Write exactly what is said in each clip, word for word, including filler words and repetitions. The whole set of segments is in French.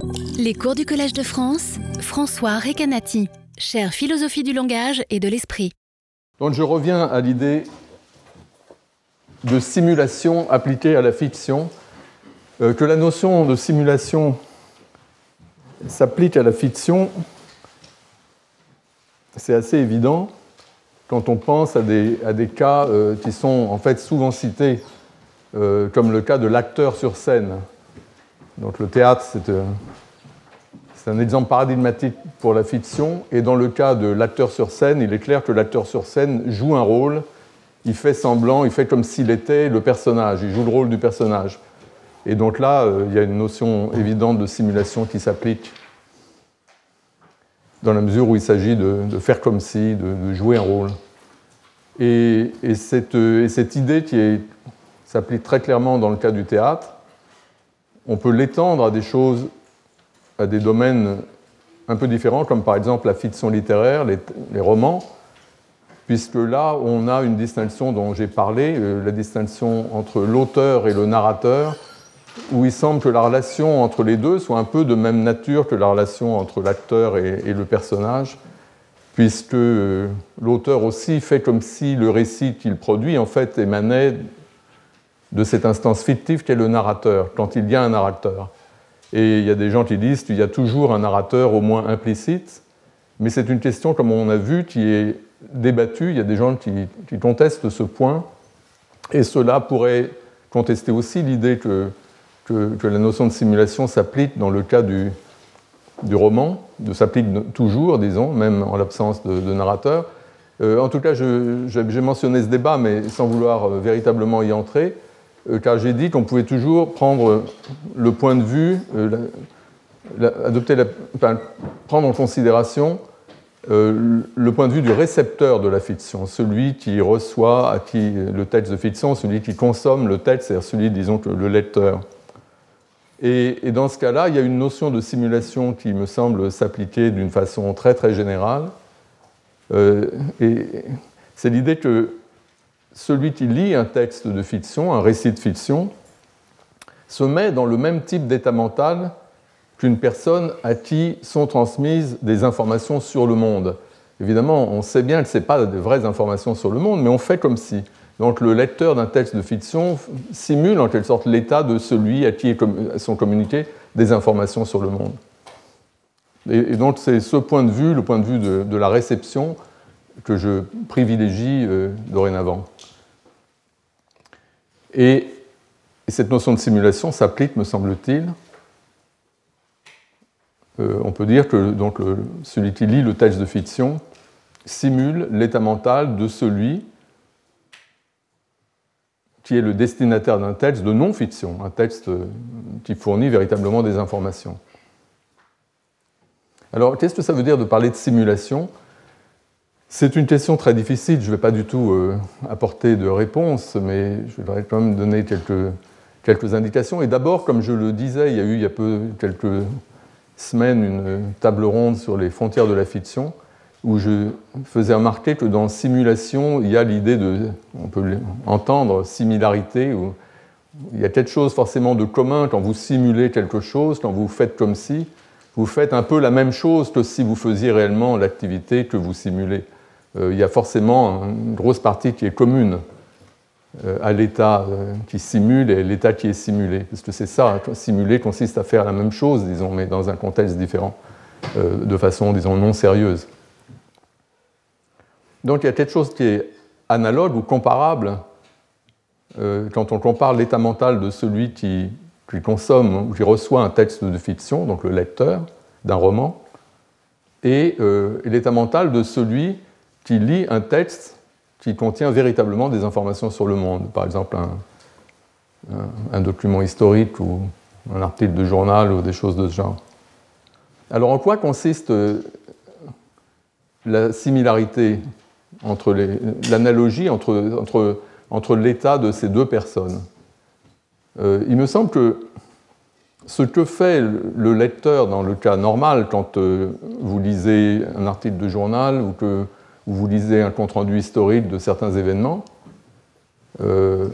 Les cours du Collège de France, François Recanati, chère philosophie du langage et de l'esprit. Donc je reviens à l'idée de simulation appliquée à la fiction, euh, que la notion de simulation s'applique à la fiction, c'est assez évident quand on pense à des, à des cas euh, qui sont en fait souvent cités, euh, comme le cas de l'acteur sur scène. Donc le théâtre, c'est, euh, c'est un exemple paradigmatique pour la fiction, et dans le cas de l'acteur sur scène, il est clair que l'acteur sur scène joue un rôle, il fait semblant, il fait comme s'il était le personnage, il joue le rôle du personnage. Et donc là, euh, il y a une notion évidente de simulation qui s'applique dans la mesure où il s'agit de, de faire comme si, de, de jouer un rôle. Et, et, cette, et cette idée qui est, s'applique très clairement dans le cas du théâtre, on peut l'étendre à des choses, à des domaines un peu différents, comme par exemple la fiction littéraire, les, les romans, puisque là, on a une distinction dont j'ai parlé, euh, la distinction entre l'auteur et le narrateur, où il semble que la relation entre les deux soit un peu de même nature que la relation entre l'acteur et, et le personnage, puisque euh, l'auteur aussi fait comme si le récit qu'il produit, en fait, émanait de cette instance fictive qu'est le narrateur, quand il y a un narrateur. Et il y a des gens qui disent qu'il y a toujours un narrateur au moins implicite, mais c'est une question, comme on a vu, qui est débattue. Il y a des gens qui, qui contestent ce point, et cela pourrait contester aussi l'idée que Que, que la notion de simulation s'applique dans le cas du, du roman, de s'applique toujours, disons, même en l'absence de, de narrateur. Euh, en tout cas, je, j'ai mentionné ce débat, mais sans vouloir euh, véritablement y entrer, euh, car j'ai dit qu'on pouvait toujours prendre le point de vue, euh, la, la, adopter la, enfin, prendre en considération euh, le point de vue du récepteur de la fiction, celui qui reçoit à qui le texte de fiction, celui qui consomme le texte, c'est-à-dire celui, disons, que le lecteur. Et, et dans ce cas-là, il y a une notion de simulation qui me semble s'appliquer d'une façon très très générale. Euh, et c'est l'idée que celui qui lit un texte de fiction, un récit de fiction, se met dans le même type d'état mental qu'une personne à qui sont transmises des informations sur le monde. Évidemment, on sait bien que ce n'est pas des vraies informations sur le monde, mais on fait comme si. Donc le lecteur d'un texte de fiction simule en quelque sorte l'état de celui à qui sont communiquées des informations sur le monde. Et, et donc c'est ce point de vue, le point de vue de, de la réception, que je privilégie euh, dorénavant. Et, et cette notion de simulation s'applique, me semble-t-il. Euh, on peut dire que donc, le, celui qui lit le texte de fiction simule l'état mental de celui qui est le destinataire d'un texte de non-fiction, un texte qui fournit véritablement des informations. Alors, qu'est-ce que ça veut dire de parler de simulation ? C'est une question très difficile, je ne vais pas du tout euh, apporter de réponse, mais je voudrais quand même donner quelques, quelques indications. Et d'abord, comme je le disais, il y a eu il y a peu, quelques semaines une table ronde sur les frontières de la fiction, où je faisais remarquer que dans simulation, il y a l'idée de, on peut entendre similarité, où il y a quelque chose forcément de commun quand vous simulez quelque chose, quand vous faites comme si, vous faites un peu la même chose que si vous faisiez réellement l'activité que vous simulez. Euh, il y a forcément une grosse partie qui est commune euh, à l'état euh, qui simule et l'état qui est simulé. Parce que c'est ça, simuler consiste à faire la même chose, disons, mais dans un contexte différent, euh, de façon, disons, non sérieuse. Donc il y a quelque chose qui est analogue ou comparable euh, quand on compare l'état mental de celui qui, qui consomme ou qui reçoit un texte de fiction, donc le lecteur d'un roman, et, euh, et l'état mental de celui qui lit un texte qui contient véritablement des informations sur le monde, par exemple un, un, un document historique ou un article de journal ou des choses de ce genre. Alors en quoi consiste euh, la similarité entre les, l'analogie entre, entre, entre l'état de ces deux personnes. Euh, il me semble que ce que fait le lecteur dans le cas normal, quand euh, vous lisez un article de journal ou que ou vous lisez un compte-rendu historique de certains événements, euh,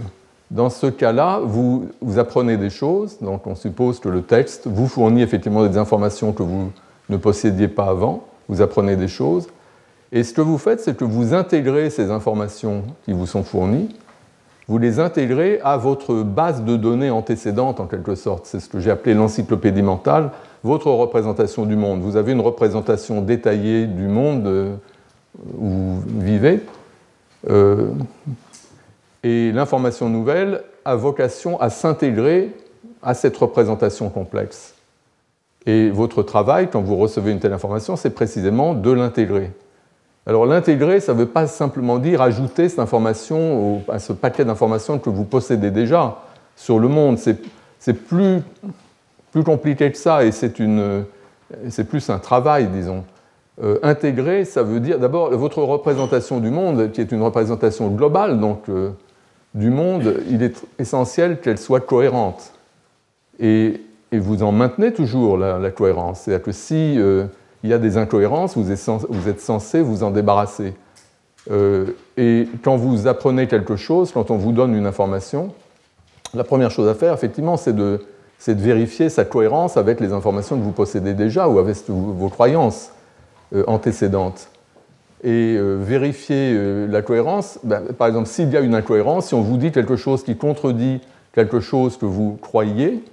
dans ce cas-là, vous, vous apprenez des choses, donc on suppose que le texte vous fournit effectivement des informations que vous ne possédiez pas avant, vous apprenez des choses, et ce que vous faites, c'est que vous intégrez ces informations qui vous sont fournies, vous les intégrez à votre base de données antécédente, en quelque sorte. C'est ce que j'ai appelé l'encyclopédie mentale, votre représentation du monde. Vous avez une représentation détaillée du monde euh, où vous vivez, euh, et l'information nouvelle a vocation à s'intégrer à cette représentation complexe. Et votre travail, quand vous recevez une telle information, c'est précisément de l'intégrer. Alors l'intégrer, ça ne veut pas simplement dire ajouter cette information au, à ce paquet d'informations que vous possédez déjà sur le monde. C'est, c'est plus, plus compliqué que ça, et c'est, une, c'est plus un travail, disons. Euh, intégrer, ça veut dire d'abord votre représentation du monde, qui est une représentation globale, donc euh, du monde, il est essentiel qu'elle soit cohérente. Et, et vous en maintenez toujours la, la cohérence. C'est-à-dire que si euh, il y a des incohérences, vous êtes, censé, vous êtes censé vous en débarrasser. Euh, et quand vous apprenez quelque chose, quand on vous donne une information, la première chose à faire, effectivement, c'est de, c'est de vérifier sa cohérence avec les informations que vous possédez déjà ou avec vos croyances euh, antécédentes. Et euh, vérifier euh, la cohérence, ben, par exemple, s'il y a une incohérence, si on vous dit quelque chose qui contredit quelque chose que vous croyez,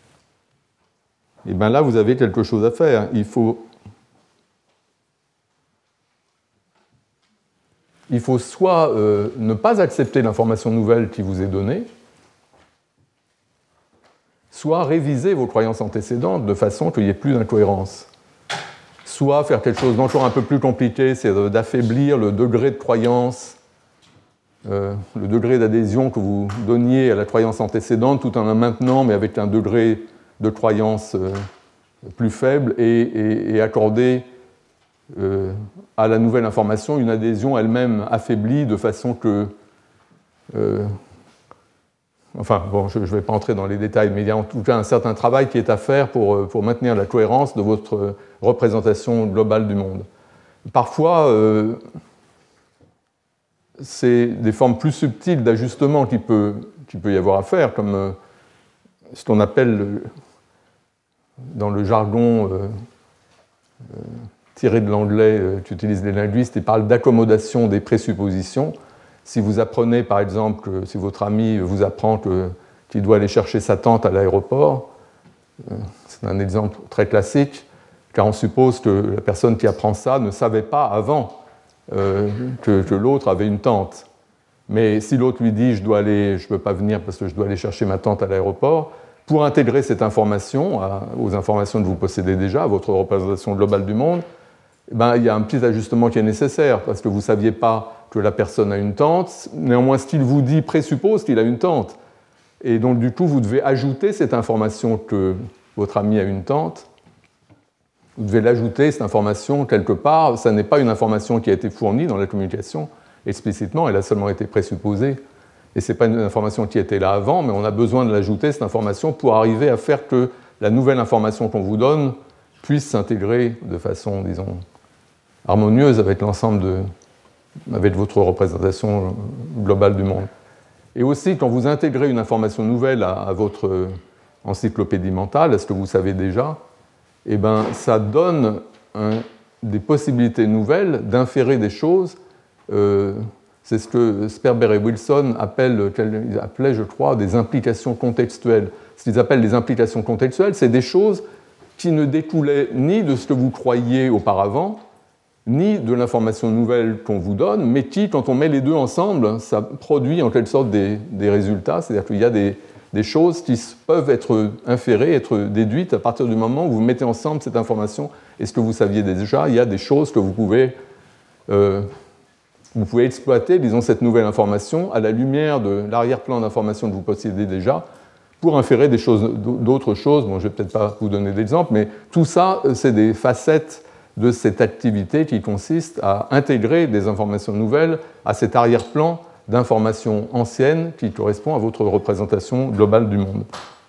et bien là, vous avez quelque chose à faire. Il faut, il faut soit euh, ne pas accepter l'information nouvelle qui vous est donnée, soit réviser vos croyances antécédentes de façon qu'il n'y ait plus d'incohérence. Soit faire quelque chose d'encore un peu plus compliqué, c'est d'affaiblir le degré de croyance, euh, le degré d'adhésion que vous donniez à la croyance antécédente, tout en la maintenant, mais avec un degré de croyance euh, plus faible, et, et, et accorder euh, à la nouvelle information une adhésion elle-même affaiblie, de façon que... Euh, Enfin, bon, je ne vais pas entrer dans les détails, mais il y a en tout cas un certain travail qui est à faire pour, pour maintenir la cohérence de votre représentation globale du monde. Parfois, euh, c'est des formes plus subtiles d'ajustement qu'il peut, qu'il peut y avoir à faire, comme euh, ce qu'on appelle, dans le jargon euh, euh, tiré de l'anglais euh, qu'utilisent les linguistes, ils parlent d'accommodation des présuppositions. Si vous apprenez, par exemple, que si votre ami vous apprend que, qu'il doit aller chercher sa tante à l'aéroport, c'est un exemple très classique, car on suppose que la personne qui apprend ça ne savait pas avant euh, que, que l'autre avait une tante. Mais si l'autre lui dit « je dois aller, je ne peux pas venir parce que je dois aller chercher ma tante à l'aéroport », pour intégrer cette information à, aux informations que vous possédez déjà, à votre représentation globale du monde, ben, il y a un petit ajustement qui est nécessaire, parce que vous ne saviez pas que la personne a une tante, néanmoins ce qu'il vous dit présuppose qu'il a une tante. Et donc du coup, vous devez ajouter cette information que votre ami a une tante, vous devez l'ajouter, cette information, quelque part. Ça n'est pas une information qui a été fournie dans la communication explicitement, elle a seulement été présupposée. Et ce n'est pas une information qui était là avant, mais on a besoin de l'ajouter, cette information, pour arriver à faire que la nouvelle information qu'on vous donne puisse s'intégrer de façon, disons, harmonieuse avec l'ensemble de... avec votre représentation globale du monde. Et aussi, quand vous intégrez une information nouvelle à, à votre encyclopédie mentale, à ce que vous savez déjà, eh ben, ça donne un, des possibilités nouvelles d'inférer des choses. Euh, c'est ce que Sperber et Wilson appellent, ils appelaient, je crois, des implications contextuelles. Ce qu'ils appellent des implications contextuelles, c'est des choses qui ne découlaient ni de ce que vous croyiez auparavant, ni de l'information nouvelle qu'on vous donne, mais qui, quand on met les deux ensemble, ça produit en quelque sorte des, des résultats, c'est-à-dire qu'il y a des, des choses qui peuvent être inférées, être déduites à partir du moment où vous mettez ensemble cette information et ce que vous saviez déjà. Il y a des choses que vous pouvez, euh, vous pouvez exploiter, disons, cette nouvelle information à la lumière de l'arrière-plan d'informations que vous possédez déjà pour inférer des choses, d'autres choses. Bon, je ne vais peut-être pas vous donner d'exemple, mais tout ça, c'est des facettes de cette activité qui consiste à intégrer des informations nouvelles à cet arrière-plan d'informations anciennes qui correspond à votre représentation globale du monde.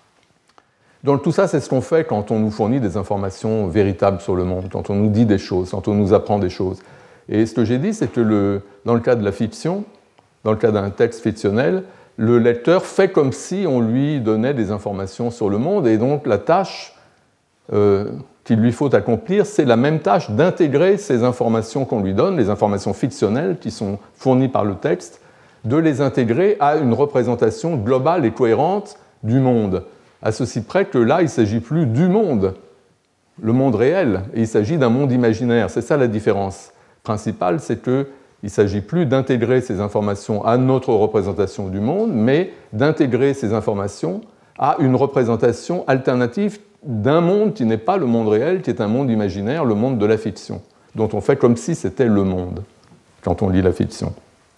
Donc tout ça, c'est ce qu'on fait quand on nous fournit des informations véritables sur le monde, quand on nous dit des choses, quand on nous apprend des choses. Et ce que j'ai dit, c'est que le, dans le cas de la fiction, dans le cas d'un texte fictionnel, le lecteur fait comme si on lui donnait des informations sur le monde, et donc la tâche euh, qu'il lui faut accomplir, c'est la même tâche d'intégrer ces informations qu'on lui donne, les informations fictionnelles qui sont fournies par le texte, de les intégrer à une représentation globale et cohérente du monde, à ceci près que là, il ne s'agit plus du monde, le monde réel, et il s'agit d'un monde imaginaire. C'est ça la différence principale, c'est qu'il ne s'agit plus d'intégrer ces informations à notre représentation du monde, mais d'intégrer ces informations à une représentation alternative d'un monde qui n'est pas le monde réel, qui est un monde imaginaire, le monde de la fiction, dont on fait comme si c'était le monde quand on lit la fiction.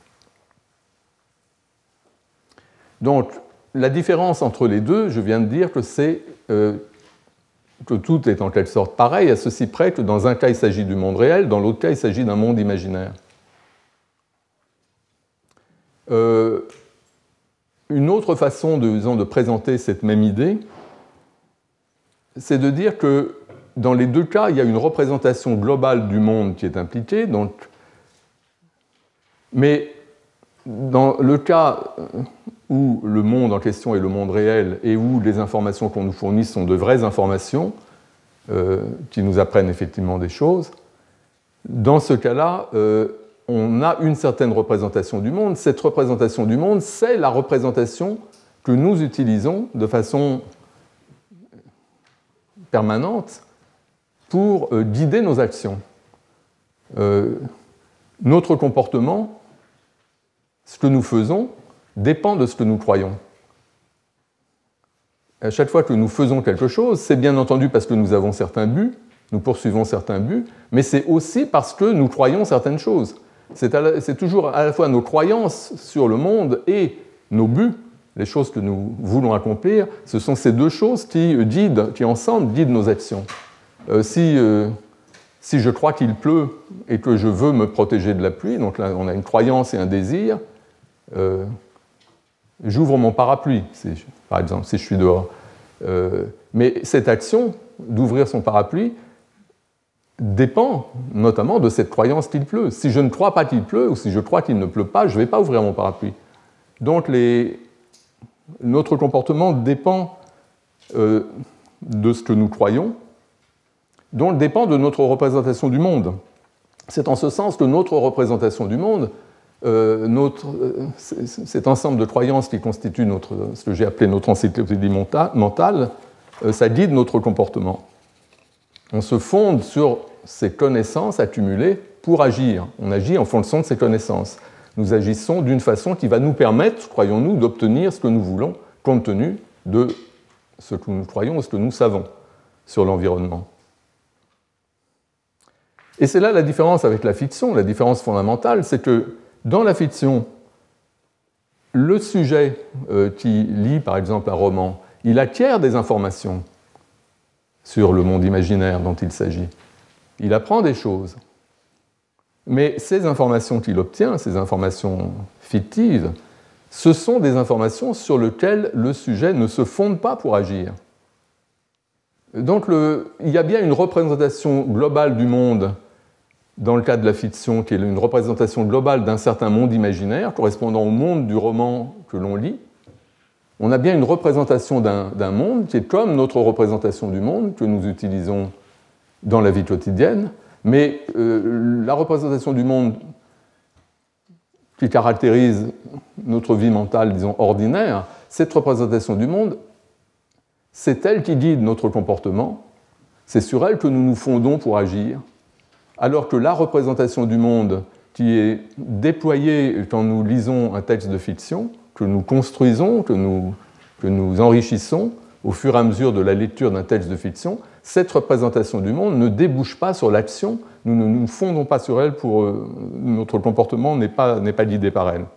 Donc, la différence entre les deux, je viens de dire que c'est euh, que tout est en quelque sorte pareil, à ceci près que dans un cas il s'agit du monde réel, dans l'autre cas il s'agit d'un monde imaginaire. Euh, une autre façon de, disons, de présenter cette même idée, c'est de dire que dans les deux cas, il y a une représentation globale du monde qui est impliquée, donc, mais dans le cas où le monde en question est le monde réel et où les informations qu'on nous fournit sont de vraies informations euh, qui nous apprennent effectivement des choses, dans ce cas-là, euh, on a une certaine représentation du monde. Cette représentation du monde, c'est la représentation que nous utilisons de façon permanente pour euh, guider nos actions. Euh, notre comportement, ce que nous faisons, dépend de ce que nous croyons. À chaque fois que nous faisons quelque chose, c'est bien entendu parce que nous avons certains buts, nous poursuivons certains buts, mais c'est aussi parce que nous croyons certaines choses. C'est, la, c'est toujours à la fois nos croyances sur le monde et nos buts, les choses que nous voulons accomplir, ce sont ces deux choses qui guident, qui ensemble guident nos actions. Euh, si, euh, si je crois qu'il pleut et que je veux me protéger de la pluie, donc là on a une croyance et un désir, euh, j'ouvre mon parapluie, si, par exemple, si je suis dehors. Euh, mais cette action d'ouvrir son parapluie dépend notamment de cette croyance qu'il pleut. Si je ne crois pas qu'il pleut, ou si je crois qu'il ne pleut pas, je ne vais pas ouvrir mon parapluie. Donc les... notre comportement dépend euh, de ce que nous croyons, donc dépend de notre représentation du monde. C'est en ce sens que notre représentation du monde, Euh, notre, euh, cet ensemble de croyances qui constitue notre, ce que j'ai appelé notre encyclopédie mentale, euh, ça guide notre comportement. On se fonde sur ces connaissances accumulées pour agir. On agit en fonction de ces connaissances. Nous agissons d'une façon qui va nous permettre, croyons-nous, d'obtenir ce que nous voulons, compte tenu de ce que nous croyons et ce que nous savons sur l'environnement. Et c'est là la différence avec la fiction, la différence fondamentale, c'est que dans la fiction, le sujet euh, qui lit par exemple un roman, il acquiert des informations sur le monde imaginaire dont il s'agit. Il apprend des choses. Mais ces informations qu'il obtient, ces informations fictives, ce sont des informations sur lesquelles le sujet ne se fonde pas pour agir. Donc le, il y a bien une représentation globale du monde dans le cas de la fiction, qui est une représentation globale d'un certain monde imaginaire, correspondant au monde du roman que l'on lit. On a bien une représentation d'un, d'un monde qui est comme notre représentation du monde que nous utilisons dans la vie quotidienne, mais euh, la représentation du monde qui caractérise notre vie mentale, disons, ordinaire, cette représentation du monde, c'est elle qui guide notre comportement, c'est sur elle que nous nous fondons pour agir, alors que la représentation du monde qui est déployée quand nous lisons un texte de fiction, que nous construisons, que nous, que nous enrichissons au fur et à mesure de la lecture d'un texte de fiction, cette représentation du monde ne débouche pas sur l'action, nous ne nous fondons pas sur elle, pour, euh, notre comportement n'est pas, n'est pas guidé par elle.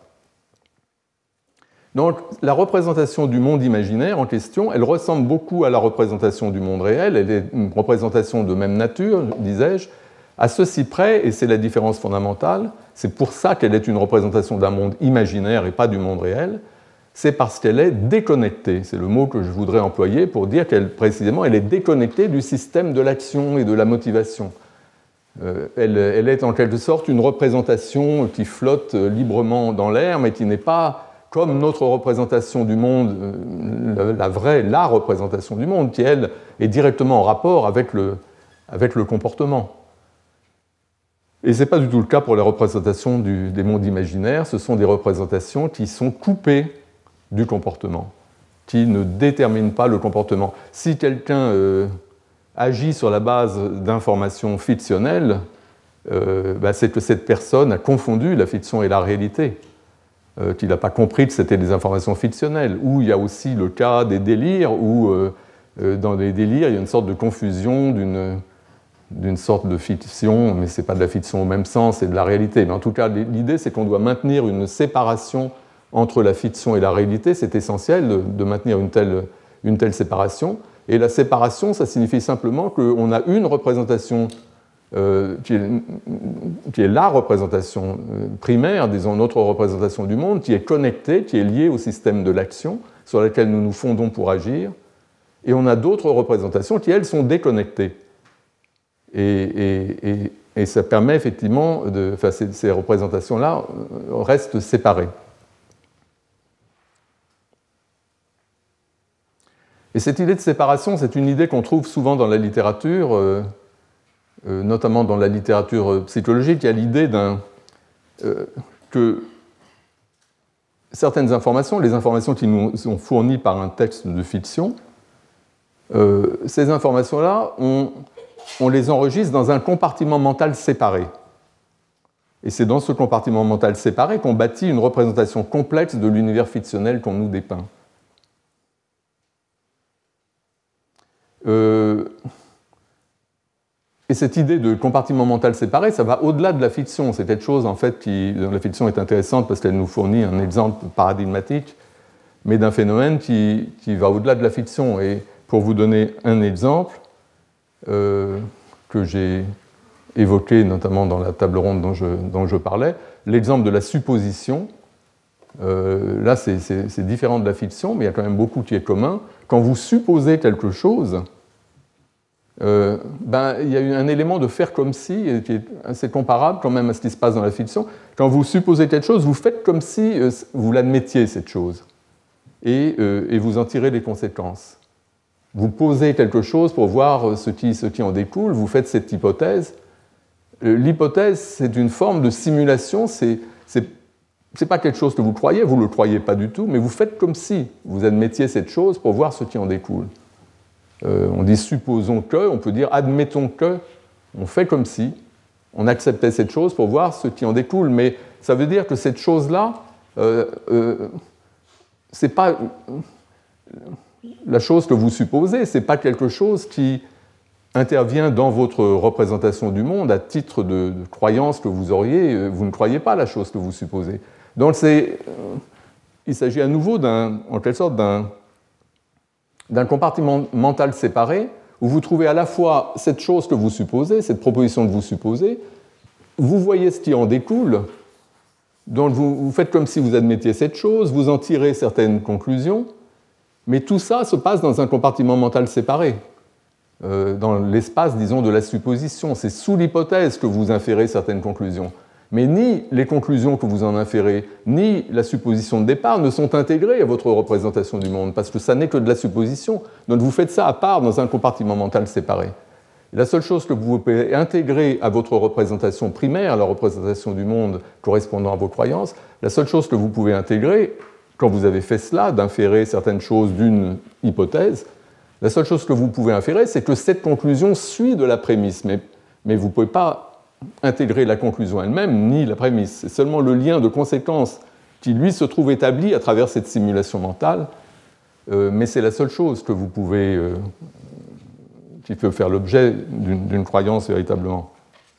Donc la représentation du monde imaginaire en question, elle ressemble beaucoup à la représentation du monde réel, elle est une représentation de même nature, disais-je, à ceci près, et c'est la différence fondamentale, c'est pour ça qu'elle est une représentation d'un monde imaginaire et pas du monde réel, c'est parce qu'elle est déconnectée. C'est le mot que je voudrais employer pour dire qu'elle, précisément, elle est déconnectée du système de l'action et de la motivation. Euh, elle, elle est en quelque sorte une représentation qui flotte librement dans l'air, mais qui n'est pas comme notre représentation du monde, la, la vraie, la représentation du monde, qui, elle, est directement en rapport avec le, avec le comportement. Et ce n'est pas du tout le cas pour les représentations du, des mondes imaginaires. Ce sont des représentations qui sont coupées du comportement, qui ne déterminent pas le comportement. Si quelqu'un euh, agit sur la base d'informations fictionnelles, euh, bah, c'est que cette personne a confondu la fiction et la réalité, euh, qu'il n'a pas compris que c'était des informations fictionnelles. Ou il y a aussi le cas des délires, où euh, euh, dans les délires, il y a une sorte de confusion d'une... d'une sorte de fiction, mais ce n'est pas de la fiction au même sens, c'est de la réalité. Mais en tout cas, l'idée, c'est qu'on doit maintenir une séparation entre la fiction et la réalité. C'est essentiel de, de maintenir une telle, une telle séparation. Et la séparation, ça signifie simplement qu'on a une représentation euh, qui, est, qui est la représentation primaire, disons notre représentation du monde, qui est connectée, qui est liée au système de l'action, sur laquelle nous nous fondons pour agir. Et on a d'autres représentations qui, elles, sont déconnectées. Et, et, et, et ça permet effectivement, de, enfin, ces, ces représentations-là restent séparées. Et cette idée de séparation, c'est une idée qu'on trouve souvent dans la littérature, euh, euh, notamment dans la littérature psychologique. Il y a l'idée d'un, euh, que certaines informations, les informations qui nous sont fournies par un texte de fiction, euh, ces informations-là, on, on les enregistre dans un compartiment mental séparé. Et c'est dans ce compartiment mental séparé qu'on bâtit une représentation complexe de l'univers fictionnel qu'on nous dépeint. Euh, et cette idée de compartiment mental séparé, ça va au-delà de la fiction. C'est quelque chose, en fait, qui, la fiction est intéressante parce qu'elle nous fournit un exemple paradigmatique, mais d'un phénomène qui, qui va au-delà de la fiction. Et pour vous donner un exemple, euh, que j'ai évoqué notamment dans la table ronde dont je, dont je parlais, l'exemple de la supposition. Euh, là, c'est, c'est, c'est différent de la fiction, mais il y a quand même beaucoup qui est commun. Quand vous supposez quelque chose, euh, ben, il y a un élément de faire comme si, qui est assez comparable quand même à ce qui se passe dans la fiction. Quand vous supposez quelque chose, vous faites comme si euh, vous l'admettiez, cette chose, et, euh, et vous en tirez les conséquences. Vous posez quelque chose pour voir ce qui, ce qui en découle, vous faites cette hypothèse. L'hypothèse, c'est une forme de simulation, c'est, c'est, c'est pas quelque chose que vous croyez, vous ne le croyez pas du tout, mais vous faites comme si vous admettiez cette chose pour voir ce qui en découle. Euh, on dit supposons que, on peut dire admettons que, on fait comme si, on acceptait cette chose pour voir ce qui en découle, mais ça veut dire que cette chose-là, euh, euh, c'est pas la chose que vous supposez, c'est pas quelque chose qui intervient dans votre représentation du monde à titre de, de croyance que vous auriez, vous ne croyez pas la chose que vous supposez. Donc c'est, euh, il s'agit à nouveau d'un, en quelque sorte d'un, d'un compartiment mental séparé où vous trouvez à la fois cette chose que vous supposez, cette proposition que vous supposez, vous voyez ce qui en découle, donc vous, vous faites comme si vous admettiez cette chose, vous en tirez certaines conclusions, mais tout ça se passe dans un compartiment mental séparé. Euh, dans l'espace, disons, de la supposition. C'est sous l'hypothèse que vous inférez certaines conclusions. Mais ni les conclusions que vous en inférez, ni la supposition de départ ne sont intégrées à votre représentation du monde, parce que ça n'est que de la supposition. Donc vous faites ça à part dans un compartiment mental séparé. La seule chose que vous pouvez intégrer à votre représentation primaire, la représentation du monde correspondant à vos croyances, la seule chose que vous pouvez intégrer, quand vous avez fait cela, d'inférer certaines choses d'une hypothèse, la seule chose que vous pouvez inférer, c'est que cette conclusion suit de la prémisse, mais, mais vous ne pouvez pas intégrer la conclusion elle-même, ni la prémisse. C'est seulement le lien de conséquence qui, lui, se trouve établi à travers cette simulation mentale, euh, mais c'est la seule chose que vous pouvez, euh, qui peut faire l'objet d'une, d'une croyance véritablement.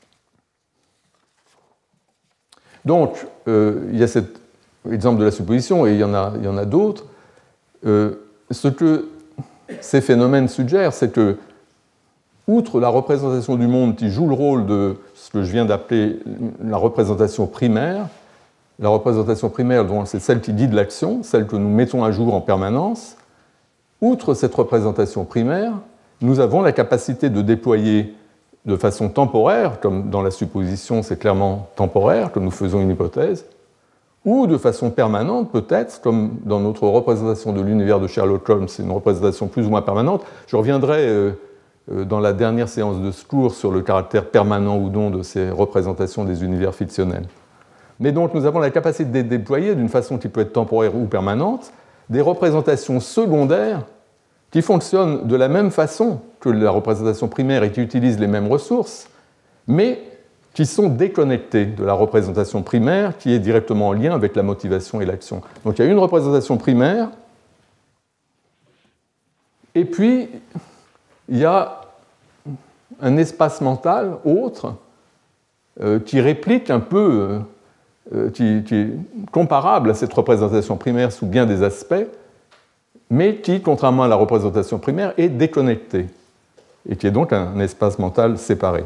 Donc, euh, il y a cet exemple de la supposition, et il y en a, il y en a d'autres. Euh, ce que ces phénomènes suggèrent, c'est que, outre la représentation du monde qui joue le rôle de ce que je viens d'appeler la représentation primaire, la représentation primaire, c'est celle qui guide l'action, celle que nous mettons à jour en permanence, outre cette représentation primaire, nous avons la capacité de déployer de façon temporaire, comme dans la supposition c'est clairement temporaire, que nous faisons une hypothèse, ou de façon permanente peut-être, comme dans notre représentation de l'univers de Sherlock Holmes, c'est une représentation plus ou moins permanente. Je reviendrai euh, euh, dans la dernière séance de ce cours sur le caractère permanent ou non de ces représentations des univers fictionnels. Mais donc nous avons la capacité de déployer d'une façon qui peut être temporaire ou permanente des représentations secondaires qui fonctionnent de la même façon que la représentation primaire et qui utilisent les mêmes ressources, mais qui sont déconnectées de la représentation primaire qui est directement en lien avec la motivation et l'action. Donc il y a une représentation primaire, et puis il y a un espace mental autre euh, qui réplique un peu... Euh, Qui, qui est comparable à cette représentation primaire sous bien des aspects, mais qui, contrairement à la représentation primaire, est déconnecté, et qui est donc un espace mental séparé.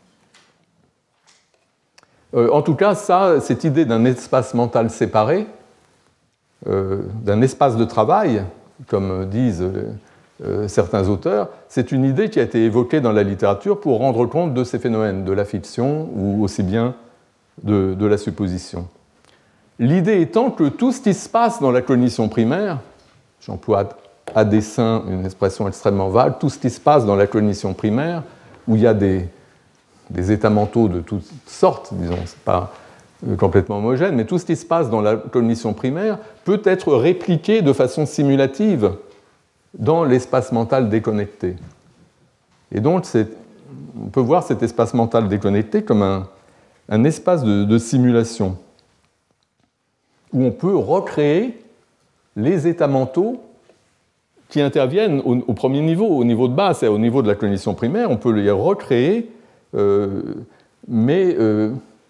Euh, en tout cas, ça, cette idée d'un espace mental séparé, euh, d'un espace de travail, comme disent euh, certains auteurs, c'est une idée qui a été évoquée dans la littérature pour rendre compte de ces phénomènes, de la fiction ou aussi bien De, de la supposition. L'idée étant que tout ce qui se passe dans la cognition primaire, j'emploie à dessein une expression extrêmement vague, tout ce qui se passe dans la cognition primaire, où il y a des, des états mentaux de toutes sortes, disons, c'est pas complètement homogène, mais tout ce qui se passe dans la cognition primaire peut être répliqué de façon simulative dans l'espace mental déconnecté. Et donc, on peut voir cet espace mental déconnecté comme un un espace de, de simulation où on peut recréer les états mentaux qui interviennent au, au premier niveau, au niveau de base, c'est au niveau de la cognition primaire, on peut les recréer, euh, mais euh,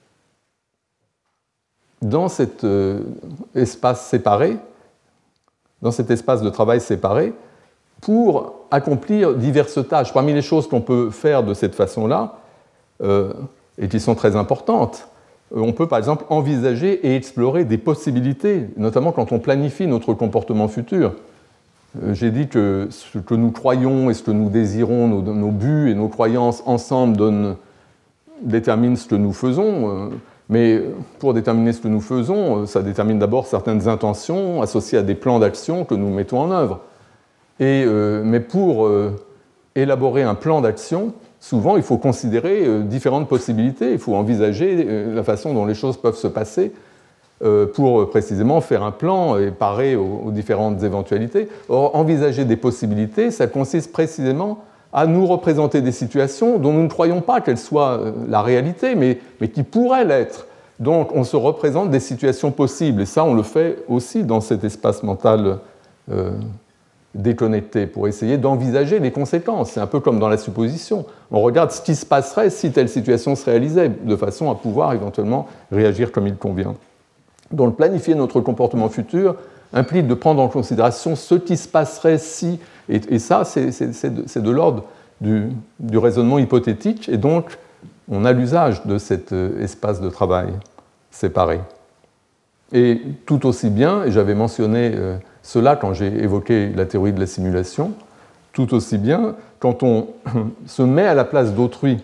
dans cet euh, espace séparé, dans cet espace de travail séparé, pour accomplir diverses tâches. Parmi les choses qu'on peut faire de cette façon-là, euh, et qui sont très importantes, on peut par exemple envisager et explorer des possibilités, notamment quand on planifie notre comportement futur. J'ai dit que ce que nous croyons et ce que nous désirons, nos, nos buts et nos croyances ensemble donnent, déterminent ce que nous faisons, mais pour déterminer ce que nous faisons, ça détermine d'abord certaines intentions associées à des plans d'action que nous mettons en œuvre. Et, euh, mais pour euh, élaborer un plan d'action, souvent, il faut considérer euh, différentes possibilités, il faut envisager euh, la façon dont les choses peuvent se passer euh, pour euh, précisément faire un plan et parer aux, aux différentes éventualités. Or, envisager des possibilités, ça consiste précisément à nous représenter des situations dont nous ne croyons pas qu'elles soient euh, la réalité, mais, mais qui pourraient l'être. Donc, on se représente des situations possibles, et ça, on le fait aussi dans cet espace mental euh, déconnecté, pour essayer d'envisager les conséquences. C'est un peu comme dans la supposition. On regarde ce qui se passerait si telle situation se réalisait, de façon à pouvoir éventuellement réagir comme il convient. Donc planifier notre comportement futur implique de prendre en considération ce qui se passerait si... Et, et ça, c'est, c'est, c'est de, c'est de l'ordre du, du raisonnement hypothétique, et donc on a l'usage de cet espace de travail séparé. Et tout aussi bien, et j'avais mentionné... Euh, Cela, quand j'ai évoqué la théorie de la simulation, tout aussi bien, quand on se met à la place d'autrui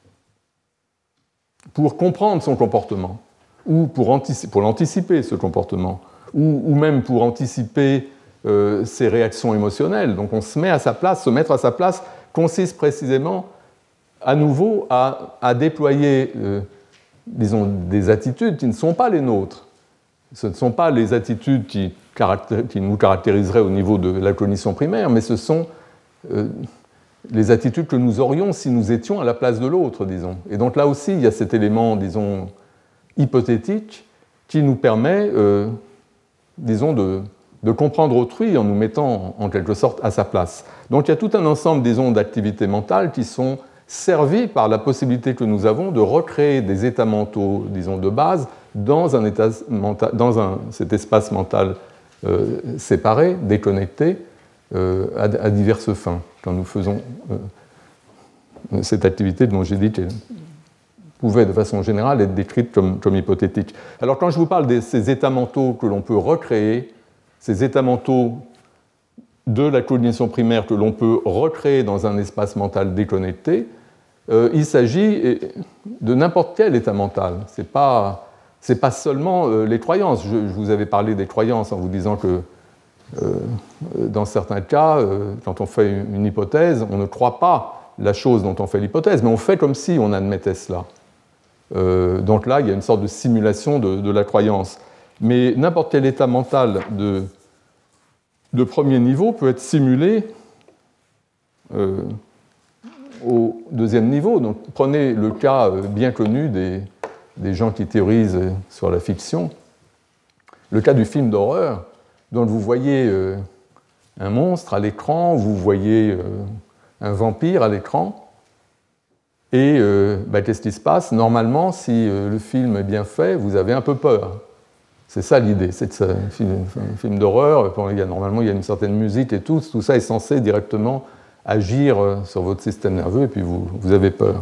pour comprendre son comportement, ou pour, anticiper, pour l'anticiper, ce comportement, ou, ou même pour anticiper euh, ses réactions émotionnelles. Donc on se met à sa place, se mettre à sa place consiste précisément, à nouveau, à, à déployer, euh, disons, des attitudes qui ne sont pas les nôtres. Ce ne sont pas les attitudes qui, qui nous caractériseraient au niveau de la cognition primaire, mais ce sont euh, les attitudes que nous aurions si nous étions à la place de l'autre, disons. Et donc là aussi, il y a cet élément, disons, hypothétique qui nous permet, euh, disons, de, de comprendre autrui en nous mettant en quelque sorte à sa place. Donc il y a tout un ensemble, disons, d'activités mentales qui sont servies par la possibilité que nous avons de recréer des états mentaux, disons, de base, dans, un état mental, dans un, cet espace mental euh, séparé, déconnecté, euh, à, à diverses fins, quand nous faisons euh, cette activité dont j'ai dit qu'elle pouvait de façon générale être décrite comme, comme hypothétique. Alors quand je vous parle de ces états mentaux que l'on peut recréer, ces états mentaux de la cognition primaire que l'on peut recréer dans un espace mental déconnecté, euh, il s'agit de n'importe quel état mental. C'est pas ce n'est pas seulement euh, les croyances. Je, je vous avais parlé des croyances en vous disant que euh, dans certains cas, euh, quand on fait une, une hypothèse, on ne croit pas la chose dont on fait l'hypothèse, mais on fait comme si on admettait cela. Euh, donc là, il y a une sorte de simulation de, de la croyance. Mais n'importe quel état mental de, de premier niveau peut être simulé euh, au deuxième niveau. Donc prenez le cas bien connu des, des gens qui théorisent sur la fiction, le cas du film d'horreur, dont vous voyez euh, un monstre à l'écran, vous voyez euh, un vampire à l'écran, et euh, bah, qu'est-ce qui se passe? Normalement, si euh, le film est bien fait, vous avez un peu peur. C'est ça l'idée, c'est que un film, un film d'horreur, il y a, normalement il y a une certaine musique et tout, tout ça est censé directement agir sur votre système nerveux, et puis vous, vous avez peur.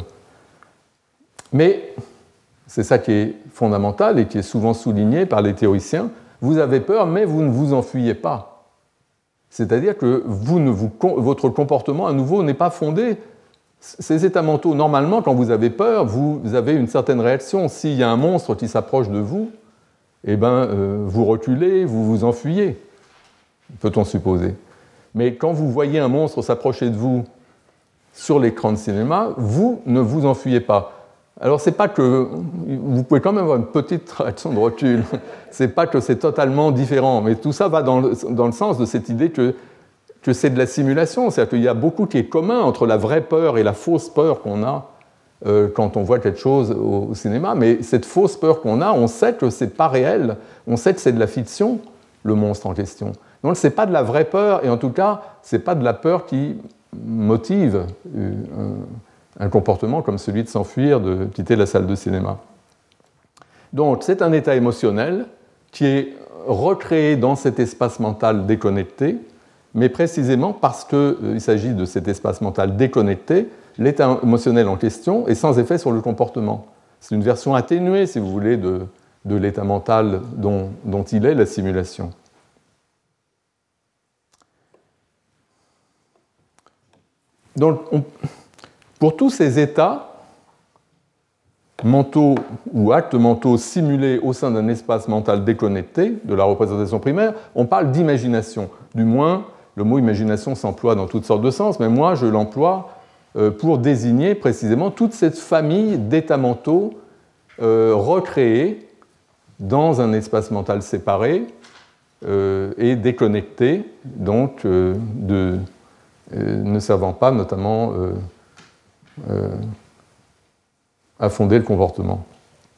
Mais c'est ça qui est fondamental et qui est souvent souligné par les théoriciens, vous avez peur, mais vous ne vous enfuyez pas. C'est-à-dire que vous ne vous, votre comportement, à nouveau, n'est pas fondé. Ces états mentaux, normalement, quand vous avez peur, vous avez une certaine réaction. S'il y a un monstre qui s'approche de vous, eh ben, euh, vous reculez, vous vous enfuyez, peut-on supposer. Mais quand vous voyez un monstre s'approcher de vous sur l'écran de cinéma, vous ne vous enfuyez pas. Alors, c'est pas que... Vous pouvez quand même avoir une petite réaction de recul. C'est pas que c'est totalement différent, mais tout ça va dans le, dans le sens de cette idée que, que c'est de la simulation. C'est-à-dire qu'il y a beaucoup qui est commun entre la vraie peur et la fausse peur qu'on a euh, quand on voit quelque chose au, au cinéma. Mais cette fausse peur qu'on a, on sait que c'est pas réel. On sait que c'est de la fiction, le monstre en question. Donc, c'est pas de la vraie peur, et en tout cas, c'est pas de la peur qui motive euh, un, un comportement comme celui de s'enfuir, de quitter la salle de cinéma. Donc, c'est un état émotionnel qui est recréé dans cet espace mental déconnecté, mais précisément parce qu'il euh, s'agit de cet espace mental déconnecté, l'état émotionnel en question est sans effet sur le comportement. C'est une version atténuée, si vous voulez, de, de l'état mental dont, dont il est la simulation. Donc, on, pour tous ces états mentaux ou actes mentaux simulés au sein d'un espace mental déconnecté de la représentation primaire, on parle d'imagination. Du moins, le mot imagination s'emploie dans toutes sortes de sens, mais moi, je l'emploie euh, pour désigner précisément toute cette famille d'états mentaux euh, recréés dans un espace mental séparé euh, et déconnecté, donc euh, de... Euh, ne servant pas notamment euh, euh, à fonder le comportement.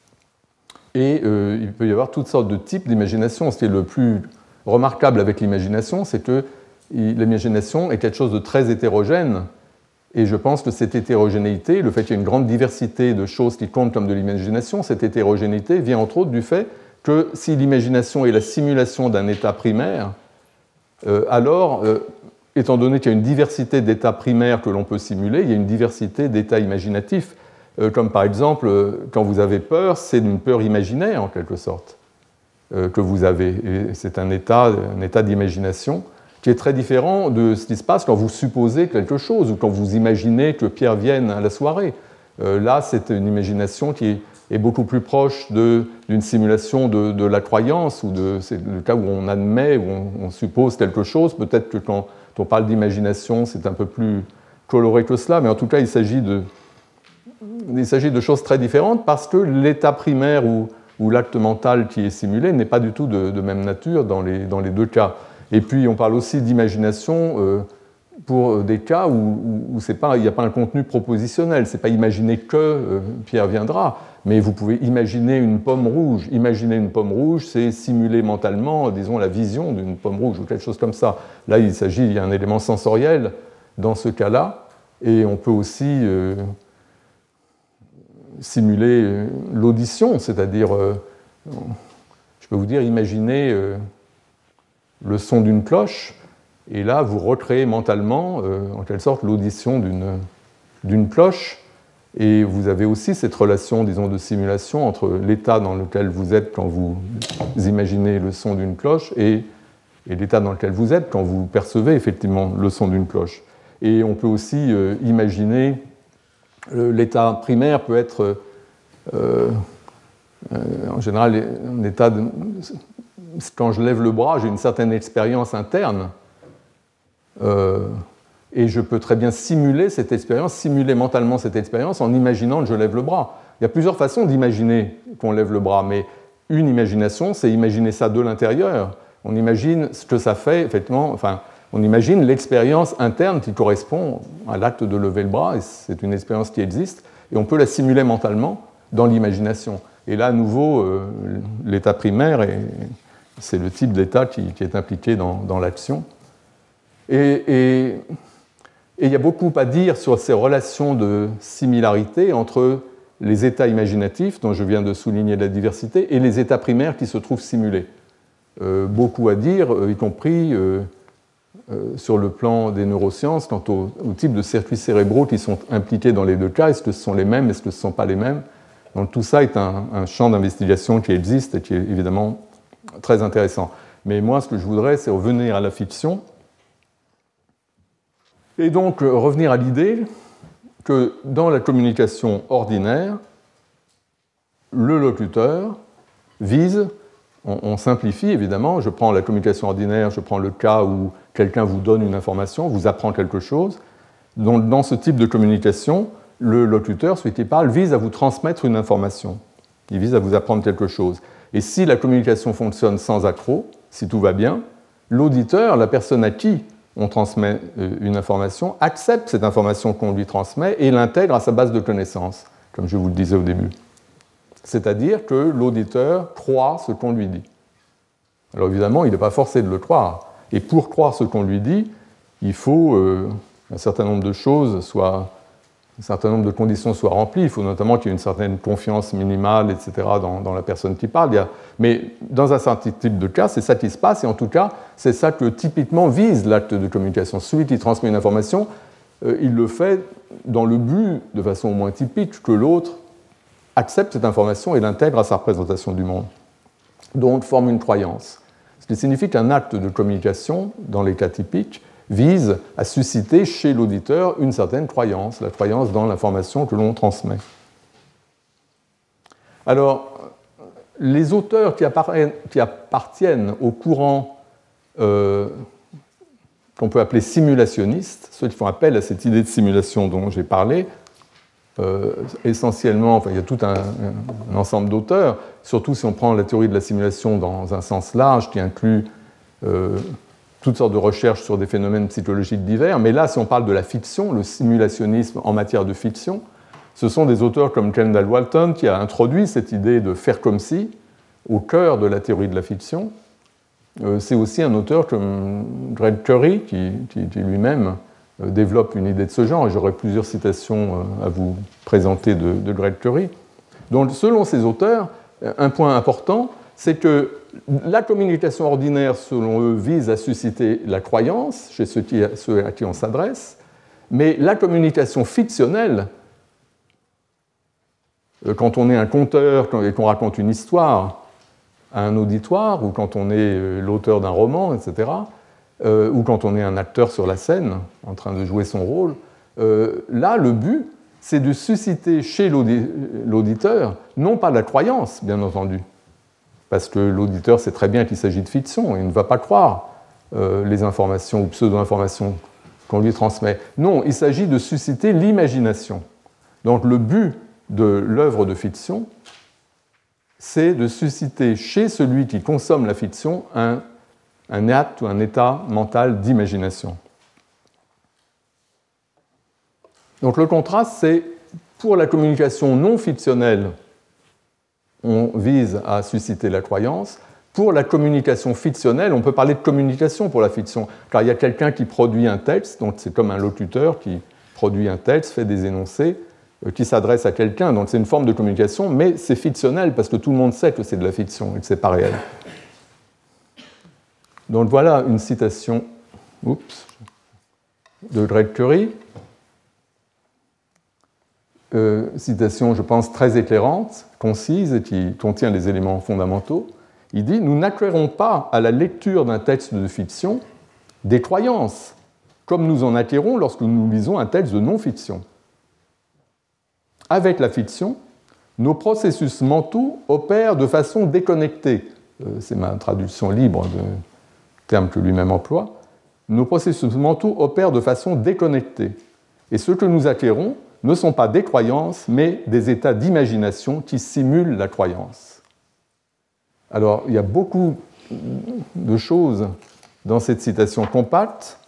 Et euh, il peut y avoir toutes sortes de types d'imagination. Ce qui est le plus remarquable avec l'imagination, c'est que l'imagination est quelque chose de très hétérogène, et je pense que cette hétérogénéité, le fait qu'il y ait une grande diversité de choses qui comptent comme de l'imagination, cette hétérogénéité vient entre autres du fait que si l'imagination est la simulation d'un état primaire, euh, alors... Euh, étant donné qu'il y a une diversité d'états primaires que l'on peut simuler, il y a une diversité d'états imaginatifs, euh, comme par exemple, euh, quand vous avez peur, c'est une peur imaginaire en quelque sorte euh, que vous avez. Et c'est un état, un état d'imagination qui est très différent de ce qui se passe quand vous supposez quelque chose ou quand vous imaginez que Pierre vienne à la soirée. Euh, là, c'est une imagination qui est, est beaucoup plus proche de, d'une simulation de, de la croyance, ou de, c'est le cas où on admet, où on, on suppose quelque chose. Peut-être que quand on parle d'imagination, c'est un peu plus coloré que cela, mais en tout cas, il s'agit de, il s'agit de choses très différentes parce que l'état primaire ou, ou l'acte mental qui est simulé n'est pas du tout de, de même nature dans les, dans les deux cas. Et puis, on parle aussi d'imagination euh, pour des cas où, où, où c'est pas, il n'y a pas un contenu propositionnel. Ce n'est pas imaginer que euh, Pierre viendra, mais vous pouvez imaginer une pomme rouge. Imaginer une pomme rouge, c'est simuler mentalement, disons, la vision d'une pomme rouge ou quelque chose comme ça. Là, il s'agit, il y a un élément sensoriel dans ce cas-là, et on peut aussi euh, simuler l'audition, c'est-à-dire, euh, je peux vous dire, imaginez euh, le son d'une cloche, et là, vous recréez mentalement, euh, en quelque sorte, l'audition d'une, d'une cloche. Et vous avez aussi cette relation, disons, de simulation entre l'état dans lequel vous êtes quand vous imaginez le son d'une cloche et, et l'état dans lequel vous êtes quand vous percevez effectivement le son d'une cloche. Et on peut aussi euh, imaginer, euh, l'état primaire peut être euh, euh, en général, en état de, quand je lève le bras, j'ai une certaine expérience interne, euh, et je peux très bien simuler cette expérience, simuler mentalement cette expérience en imaginant que je lève le bras. Il y a plusieurs façons d'imaginer qu'on lève le bras, mais une imagination, c'est imaginer ça de l'intérieur. On imagine ce que ça fait, effectivement, enfin, on imagine l'expérience interne qui correspond à l'acte de lever le bras, et c'est une expérience qui existe, et on peut la simuler mentalement dans l'imagination. Et là, à nouveau, euh, l'état primaire, est, c'est le type d'état qui, qui est impliqué dans, dans l'action. Et, et, et il y a beaucoup à dire sur ces relations de similarité entre les états imaginatifs, dont je viens de souligner la diversité, et les états primaires qui se trouvent simulés. Euh, beaucoup à dire, euh, y compris euh, euh, sur le plan des neurosciences, quant au, au type de circuits cérébraux qui sont impliqués dans les deux cas. Est-ce que ce sont les mêmes, est-ce que ce ne sont pas les mêmes? Donc tout ça est un, un champ d'investigation qui existe et qui est évidemment très intéressant. Mais moi, ce que je voudrais, c'est revenir à la fiction. Et donc euh, revenir à l'idée que dans la communication ordinaire, le locuteur vise, on, on simplifie évidemment, je prends la communication ordinaire, je prends le cas où quelqu'un vous donne une information, vous apprend quelque chose. Donc dans ce type de communication, le locuteur, celui qui parle, vise à vous transmettre une information. Il vise à vous apprendre quelque chose. Et si la communication fonctionne sans accroc, si tout va bien, l'auditeur, la personne à qui on transmet une information, accepte cette information qu'on lui transmet et l'intègre à sa base de connaissances, comme je vous le disais au début. C'est-à-dire que l'auditeur croit ce qu'on lui dit. Alors évidemment, il n'est pas forcé de le croire. Et pour croire ce qu'on lui dit, il faut euh, un certain nombre de choses soient, un certain nombre de conditions soient remplies. Il faut notamment qu'il y ait une certaine confiance minimale, et cetera, dans, dans la personne qui parle. Il y a, mais dans un certain type de cas, c'est ça qui se passe, et en tout cas, c'est ça que typiquement vise l'acte de communication. Celui qui transmet une information, euh, il le fait dans le but, de façon au moins typique, que l'autre accepte cette information et l'intègre à sa représentation du monde. Donc, forme une croyance. Ce qui signifie qu'un acte de communication, dans les cas typiques, vise à susciter chez l'auditeur une certaine croyance, la croyance dans l'information que l'on transmet. Alors, les auteurs qui appartiennent, qui appartiennent au courant euh, qu'on peut appeler simulationniste, ceux qui font appel à cette idée de simulation dont j'ai parlé, euh, essentiellement, enfin, il y a tout un, un ensemble d'auteurs, surtout si on prend la théorie de la simulation dans un sens large qui inclut euh, toutes sortes de recherches sur des phénomènes psychologiques divers, mais là, si on parle de la fiction, le simulationnisme en matière de fiction, ce sont des auteurs comme Kendall Walton qui a introduit cette idée de faire comme si au cœur de la théorie de la fiction. Euh, c'est aussi un auteur comme Greg Curry qui, qui, qui lui-même euh, développe une idée de ce genre, et j'aurai plusieurs citations euh, à vous présenter de, de Greg Curry. Donc, selon ces auteurs, un point important, c'est que la communication ordinaire, selon eux, vise à susciter la croyance chez ceux, qui, ceux à qui on s'adresse, mais la communication fictionnelle, quand on est un conteur et qu'on raconte une histoire à un auditoire, ou quand on est l'auteur d'un roman, et cetera, euh, ou quand on est un acteur sur la scène en train de jouer son rôle, euh, là, le but, c'est de susciter chez l'auditeur, non pas la croyance, bien entendu, parce que l'auditeur sait très bien qu'il s'agit de fiction, il ne va pas croire euh, les informations ou pseudo-informations qu'on lui transmet. Non, il s'agit de susciter l'imagination. Donc le but de l'œuvre de fiction, c'est de susciter chez celui qui consomme la fiction un, un acte ou un état mental d'imagination. Donc le contraste, c'est pour la communication non fictionnelle, on vise à susciter la croyance. Pour la communication fictionnelle, on peut parler de communication pour la fiction, car il y a quelqu'un qui produit un texte, donc c'est comme un locuteur qui produit un texte, fait des énoncés, euh, qui s'adresse à quelqu'un, donc c'est une forme de communication, mais c'est fictionnel parce que tout le monde sait que c'est de la fiction et que c'est pas réel. Donc voilà une citation oups, de Greg Curry. Euh, citation, je pense, très éclairante, concise et qui contient les éléments fondamentaux. Il dit « Nous n'acquérons pas à la lecture d'un texte de fiction des croyances, comme nous en acquérons lorsque nous lisons un texte de non-fiction. Avec la fiction, nos processus mentaux opèrent de façon déconnectée. Euh, c'est ma traduction libre du terme que lui-même emploie. Nos processus mentaux opèrent de façon déconnectée. Et ce que nous acquérons ne sont pas des croyances, mais des états d'imagination qui simulent la croyance. Alors, il y a beaucoup de choses dans cette citation compacte.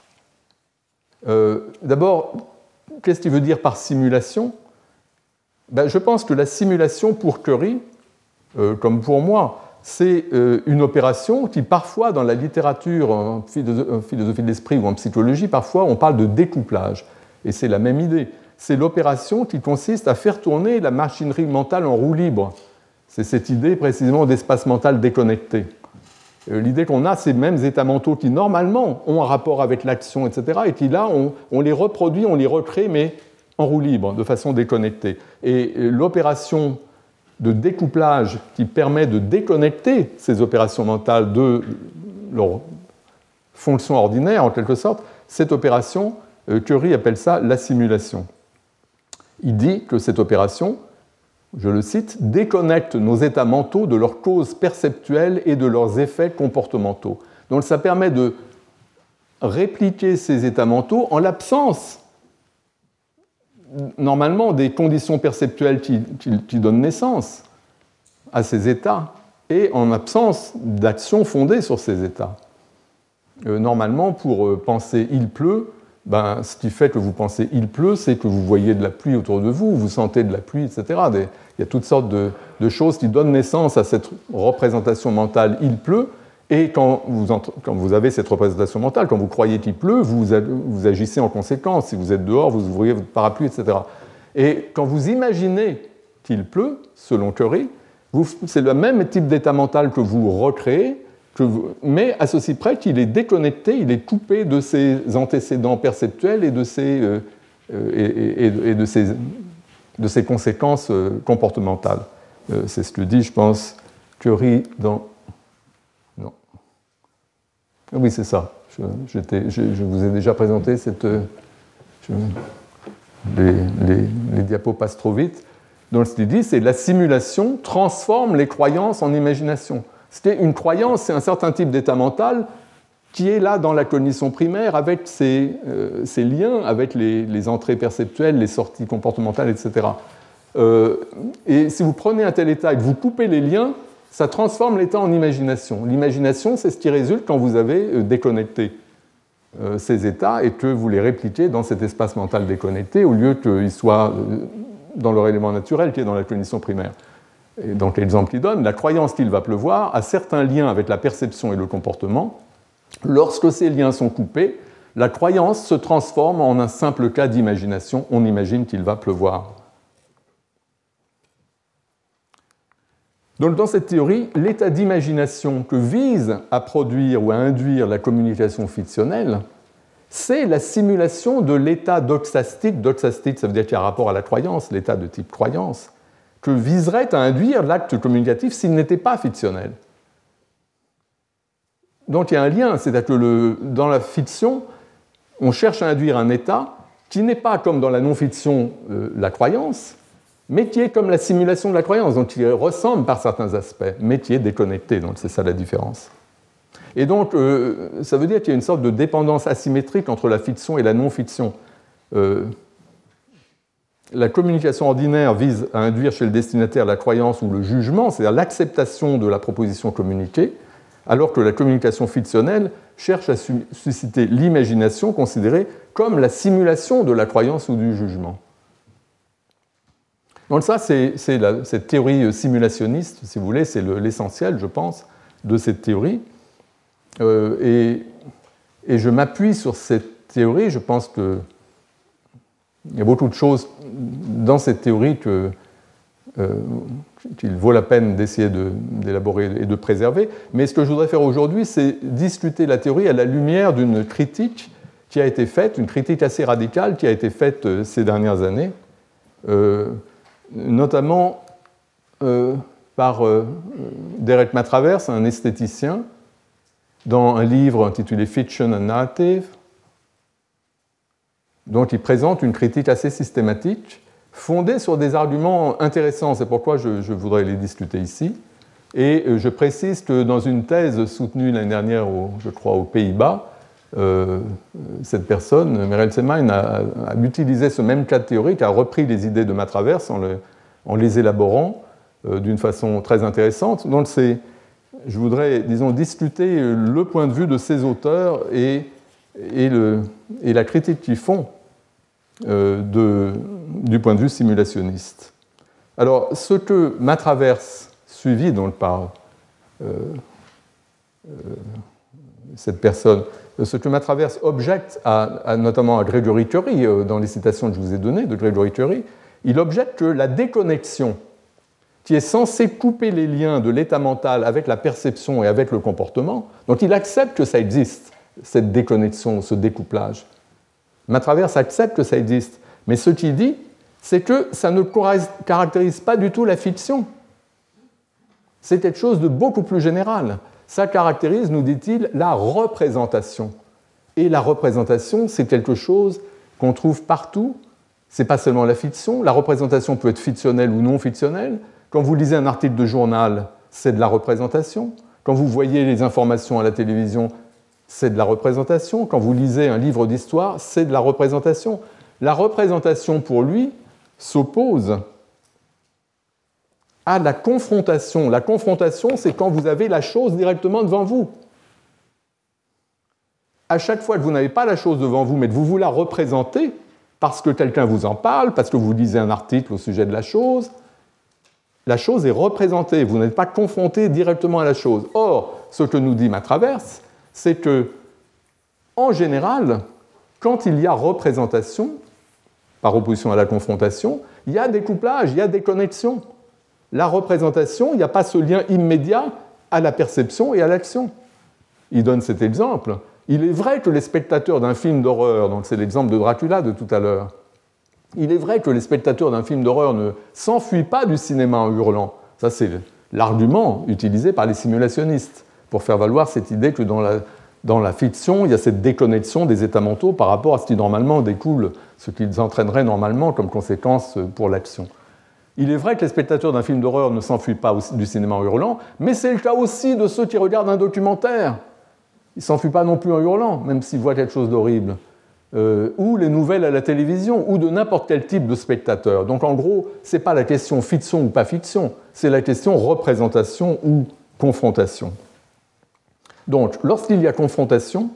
Euh, d'abord, qu'est-ce qu'il veut dire par simulation ? Ben, je pense que la simulation pour Curry, euh, comme pour moi, c'est euh, une opération qui parfois dans la littérature, en philosophie de l'esprit ou en psychologie, parfois on parle de découplage. Et c'est la même idée. C'est l'opération qui consiste à faire tourner la machinerie mentale en roue libre. C'est cette idée précisément d'espace mental déconnecté. Euh, l'idée qu'on a ces mêmes états mentaux qui normalement ont un rapport avec l'action, et cetera, et qui là, on, on les reproduit, on les recrée, mais en roue libre, de façon déconnectée. Et l'opération de découplage qui permet de déconnecter ces opérations mentales de leur fonction ordinaire, en quelque sorte, cette opération, Curry appelle ça la simulation. Il dit que cette opération, je le cite, déconnecte nos états mentaux de leurs causes perceptuelles et de leurs effets comportementaux. Donc ça permet de répliquer ces états mentaux en l'absence normalement des conditions perceptuelles qui, qui, qui donnent naissance à ces états et en absence d'action fondée sur ces états. Euh, normalement, pour euh, penser « il pleut », ben, ce qui fait que vous pensez « il pleut », c'est que vous voyez de la pluie autour de vous, vous sentez de la pluie, et cetera. Des, il y a toutes sortes de, de choses qui donnent naissance à cette représentation mentale « il pleut », et quand vous, entre, quand vous avez cette représentation mentale, quand vous croyez qu'il pleut, vous, vous agissez en conséquence. Si vous êtes dehors, vous ouvrez votre parapluie, et cetera. Et quand vous imaginez qu'il pleut, selon Curry, vous, c'est le même type d'état mental que vous recréez, que vous, mais à ceci près qu'il est déconnecté, il est coupé de ses antécédents perceptuels et de ses, euh, et, et, et de ses, de ses conséquences euh, comportementales. Euh, c'est ce que dit, je pense, Curry dans... Oui, c'est ça. Je, je, je vous ai déjà présenté cette, je, les, les, les diapos passent trop vite. Donc, ce qu'il dit, c'est la simulation transforme les croyances en imagination. C'est une croyance, c'est un certain type d'état mental qui est là dans la cognition primaire avec ses, euh, ses liens avec les, les entrées perceptuelles, les sorties comportementales, et cetera. Euh, et si vous prenez un tel état et que vous coupez les liens, ça transforme l'état en imagination. L'imagination, c'est ce qui résulte quand vous avez déconnecté ces états et que vous les répliquez dans cet espace mental déconnecté au lieu qu'ils soient dans leur élément naturel qui est dans la cognition primaire. Et donc l'exemple qu'il donne, la croyance qu'il va pleuvoir a certains liens avec la perception et le comportement. Lorsque ces liens sont coupés, la croyance se transforme en un simple cas d'imagination. On imagine qu'il va pleuvoir. Donc, dans cette théorie, l'état d'imagination que vise à produire ou à induire la communication fictionnelle, c'est la simulation de l'état doxastique. Doxastique, ça veut dire qu'il y a un rapport à la croyance, l'état de type croyance, que viserait à induire l'acte communicatif s'il n'était pas fictionnel. Donc, il y a un lien, c'est-à-dire que le, dans la fiction, on cherche à induire un état qui n'est pas, comme dans la non-fiction, euh, la croyance, mais qui est comme la simulation de la croyance, donc qui ressemble par certains aspects, mais qui est déconnecté, donc c'est ça la différence. Et donc, euh, ça veut dire qu'il y a une sorte de dépendance asymétrique entre la fiction et la non-fiction. Euh, la communication ordinaire vise à induire chez le destinataire la croyance ou le jugement, c'est-à-dire l'acceptation de la proposition communiquée, alors que la communication fictionnelle cherche à susciter l'imagination considérée comme la simulation de la croyance ou du jugement. Donc ça, c'est, c'est la, cette théorie simulationniste, si vous voulez, c'est le, l'essentiel, je pense, de cette théorie. Euh, et, et je m'appuie sur cette théorie, je pense qu'il y a beaucoup de choses dans cette théorie que, euh, qu'il vaut la peine d'essayer de, d'élaborer et de préserver. Mais ce que je voudrais faire aujourd'hui, c'est discuter la théorie à la lumière d'une critique qui a été faite, une critique assez radicale qui a été faite ces dernières années, euh, notamment euh, par euh, Derek Matravers, un esthéticien, dans un livre intitulé Fiction and Narrative, dont il présente une critique assez systématique fondés sur des arguments intéressants. C'est pourquoi je, je voudrais les discuter ici. Et je précise que dans une thèse soutenue l'année dernière, au, je crois, aux Pays-Bas, euh, cette personne, Merel Semijn, a, a utilisé ce même cas de théorie, qui a repris les idées de Matraverse en, le, en les élaborant euh, d'une façon très intéressante. Donc c'est, je voudrais, disons, discuter le point de vue de ces auteurs et, et, le, et la critique qu'ils font euh, de, du point de vue simulationniste. Alors, ce que Matraverse, suivi donc par euh, euh, cette personne, ce que Matraverse objecte, à, à, notamment à Gregory Curry, euh, dans les citations que je vous ai données de Gregory Curry, il objecte que la déconnexion, qui est censée couper les liens de l'état mental avec la perception et avec le comportement, donc il accepte que ça existe, cette déconnexion, ce découplage. Matraverse accepte que ça existe, mais ce qu'il dit, c'est que ça ne caractérise pas du tout la fiction. C'est quelque chose de beaucoup plus général. Ça caractérise, nous dit-il, la représentation. Et la représentation, c'est quelque chose qu'on trouve partout. Ce n'est pas seulement la fiction. La représentation peut être fictionnelle ou non fictionnelle. Quand vous lisez un article de journal, c'est de la représentation. Quand vous voyez les informations à la télévision, c'est de la représentation. Quand vous lisez un livre d'histoire, c'est de la représentation. La représentation, pour lui, s'oppose à la confrontation. La confrontation, c'est quand vous avez la chose directement devant vous. À chaque fois que vous n'avez pas la chose devant vous, mais que vous vous la représentez, parce que quelqu'un vous en parle, parce que vous lisez un article au sujet de la chose, la chose est représentée, vous n'êtes pas confronté directement à la chose. Or, ce que nous dit Matraverse, c'est que, en général, quand il y a représentation, par opposition à la confrontation, il y a des couplages, il y a des connexions. La représentation, il n'y a pas ce lien immédiat à la perception et à l'action. Il donne cet exemple. Il est vrai que les spectateurs d'un film d'horreur, donc c'est l'exemple de Dracula de tout à l'heure, il est vrai que les spectateurs d'un film d'horreur ne s'enfuient pas du cinéma en hurlant. Ça, c'est l'argument utilisé par les simulationnistes pour faire valoir cette idée que dans la, dans la fiction, il y a cette déconnexion des états mentaux par rapport à ce qui normalement découle, ce qu'ils entraîneraient normalement comme conséquence pour l'action. Il est vrai que les spectateurs d'un film d'horreur ne s'enfuient pas du cinéma en hurlant, mais c'est le cas aussi de ceux qui regardent un documentaire. Ils ne s'enfuient pas non plus en hurlant, même s'ils voient quelque chose d'horrible. Euh, ou les nouvelles à la télévision, ou de n'importe quel type de spectateur. Donc en gros, ce n'est pas la question fiction ou pas fiction, c'est la question représentation ou confrontation. Donc, lorsqu'il y a confrontation,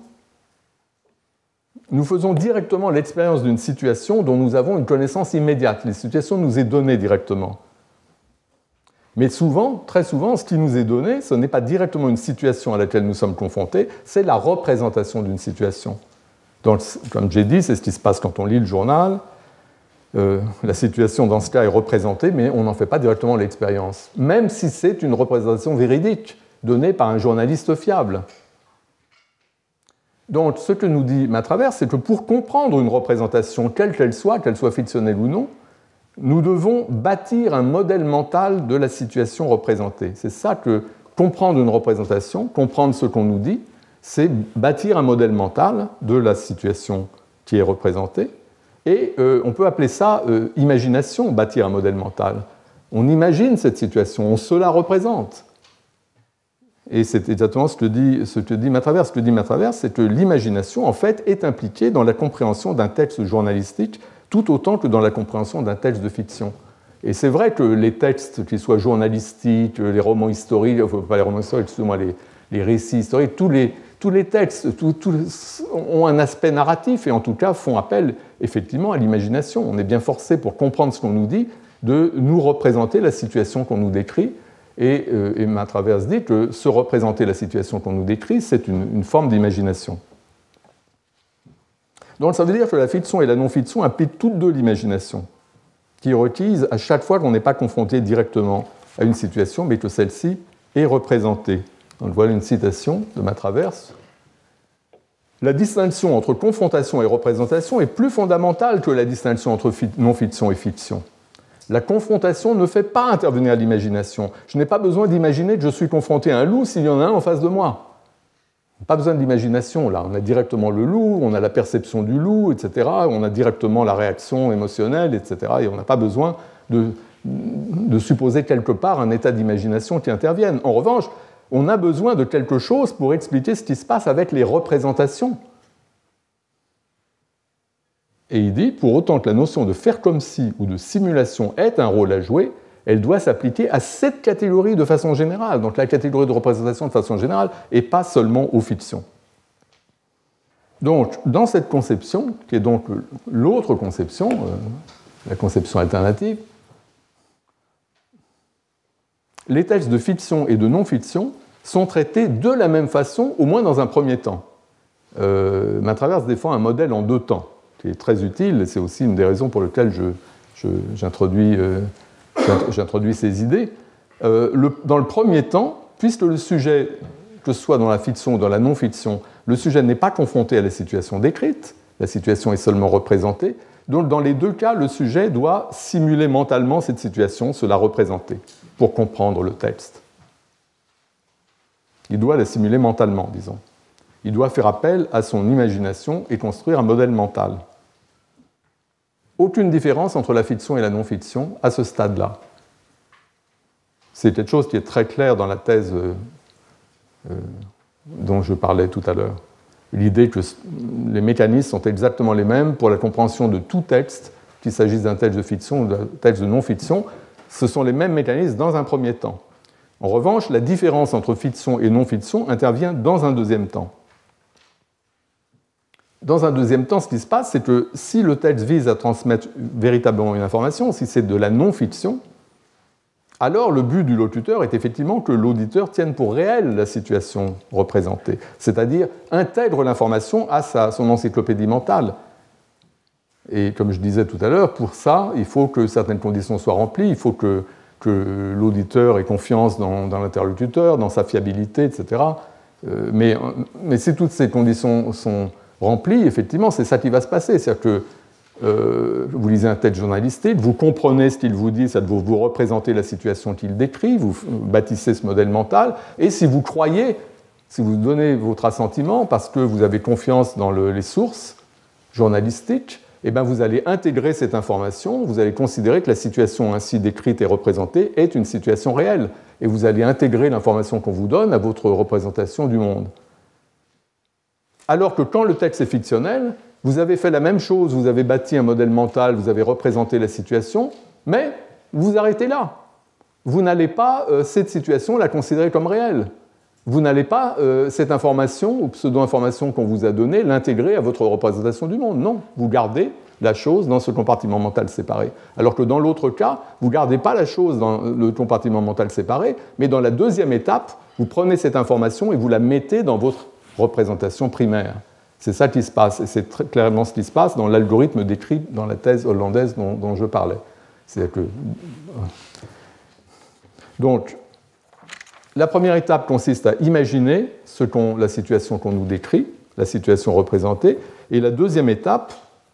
nous faisons directement l'expérience d'une situation dont nous avons une connaissance immédiate. La situation nous est donnée directement. Mais souvent, très souvent, ce qui nous est donné, ce n'est pas directement une situation à laquelle nous sommes confrontés, c'est la représentation d'une situation. Donc, comme j'ai dit, c'est ce qui se passe quand on lit le journal. Euh, la situation, dans ce cas, est représentée, mais on n'en fait pas directement l'expérience, même si c'est une représentation véridique, donnée par un journaliste fiable. Donc, ce que nous dit Matraverse, c'est que pour comprendre une représentation, quelle qu'elle soit, qu'elle soit fictionnelle ou non, nous devons bâtir un modèle mental de la situation représentée. C'est ça que comprendre une représentation, comprendre ce qu'on nous dit, c'est bâtir un modèle mental de la situation qui est représentée. Et euh, on peut appeler ça euh, imagination, bâtir un modèle mental. On imagine cette situation, on se la représente. Et c'est exactement ce que dit, ce que dit Matraverse. Ce que dit Matraverse, c'est que l'imagination, en fait, est impliquée dans la compréhension d'un texte journalistique tout autant que dans la compréhension d'un texte de fiction. Et c'est vrai que les textes, qu'ils soient journalistiques, les romans historiques, enfin pas les romans historiques, excusez-moi, les, les récits historiques, tous les, tous les textes tout, tout, ont un aspect narratif et en tout cas font appel effectivement à l'imagination. On est bien forcé, pour comprendre ce qu'on nous dit, de nous représenter la situation qu'on nous décrit. Et, euh, et Matraverse dit que se représenter la situation qu'on nous décrit, c'est une, une forme d'imagination. Donc ça veut dire que la fiction et la non-fiction impliquent toutes deux l'imagination, qui est requise à chaque fois qu'on n'est pas confronté directement à une situation, mais que celle-ci est représentée. Donc voilà une citation de Matraverse. La distinction entre confrontation et représentation est plus fondamentale que la distinction entre non-fiction et fiction. La confrontation ne fait pas intervenir l'imagination. Je n'ai pas besoin d'imaginer que je suis confronté à un loup s'il y en a un en face de moi. Pas besoin d'imagination, là. On a directement le loup, on a la perception du loup, et cetera. On a directement la réaction émotionnelle, et cetera. Et on n'a pas besoin de, de supposer quelque part un état d'imagination qui intervienne. En revanche, on a besoin de quelque chose pour expliquer ce qui se passe avec les représentations. Et il dit, pour autant que la notion de faire comme si ou de simulation ait un rôle à jouer, elle doit s'appliquer à cette catégorie de façon générale, donc la catégorie de représentation de façon générale, et pas seulement aux fictions. Donc, dans cette conception, qui est donc l'autre conception, euh, la conception alternative, les textes de fiction et de non-fiction sont traités de la même façon, au moins dans un premier temps. Euh, Matraverse défend un modèle en deux temps, qui est très utile, et c'est aussi une des raisons pour lesquelles je, je, j'introduis... Euh, J'introduis ces idées. Euh, le, dans le premier temps, puisque le sujet, que ce soit dans la fiction ou dans la non-fiction, le sujet n'est pas confronté à la situation décrite, la situation est seulement représentée, donc dans les deux cas, le sujet doit simuler mentalement cette situation, se la représenter, pour comprendre le texte. Il doit la simuler mentalement, disons. Il doit faire appel à son imagination et construire un modèle mental. Aucune différence entre la fiction et la non-fiction à ce stade-là. C'est quelque chose qui est très clair dans la thèse euh, euh, dont je parlais tout à l'heure. L'idée que les mécanismes sont exactement les mêmes pour la compréhension de tout texte, qu'il s'agisse d'un texte de fiction ou d'un texte de non-fiction, ce sont les mêmes mécanismes dans un premier temps. En revanche, la différence entre fiction et non-fiction intervient dans un deuxième temps. Dans un deuxième temps, ce qui se passe, c'est que si le texte vise à transmettre véritablement une information, si c'est de la non-fiction, alors le but du locuteur est effectivement que l'auditeur tienne pour réelle la situation représentée, c'est-à-dire intègre l'information à sa, son encyclopédie mentale. Et comme je disais tout à l'heure, pour ça, il faut que certaines conditions soient remplies, il faut que, que l'auditeur ait confiance dans, dans l'interlocuteur, dans sa fiabilité, et cetera. Euh, mais, mais si toutes ces conditions sont rempli, effectivement, c'est ça qui va se passer. C'est-à-dire que euh, vous lisez un texte journalistique, vous comprenez ce qu'il vous dit, ça vous, vous représentez la situation qu'il décrit, vous bâtissez ce modèle mental, et si vous croyez, si vous donnez votre assentiment, parce que vous avez confiance dans le, les sources journalistiques, eh bien vous allez intégrer cette information, vous allez considérer que la situation ainsi décrite et représentée est une situation réelle, et vous allez intégrer l'information qu'on vous donne à votre représentation du monde. Alors que quand le texte est fictionnel, vous avez fait la même chose, vous avez bâti un modèle mental, vous avez représenté la situation, mais vous arrêtez là. Vous n'allez pas, euh, cette situation, la considérer comme réelle. Vous n'allez pas, euh, cette information, ou pseudo-information qu'on vous a donnée, l'intégrer à votre représentation du monde. Non, vous gardez la chose dans ce compartiment mental séparé. Alors que dans l'autre cas, vous ne gardez pas la chose dans le compartiment mental séparé, mais dans la deuxième étape, vous prenez cette information et vous la mettez dans votre représentation primaire. C'est ça qui se passe, et c'est très clairement ce qui se passe dans l'algorithme décrit dans la thèse hollandaise dont, dont je parlais. C'est-à-dire que... Donc, la première étape consiste à imaginer ce qu'on, la situation qu'on nous décrit, la situation représentée, et la deuxième étape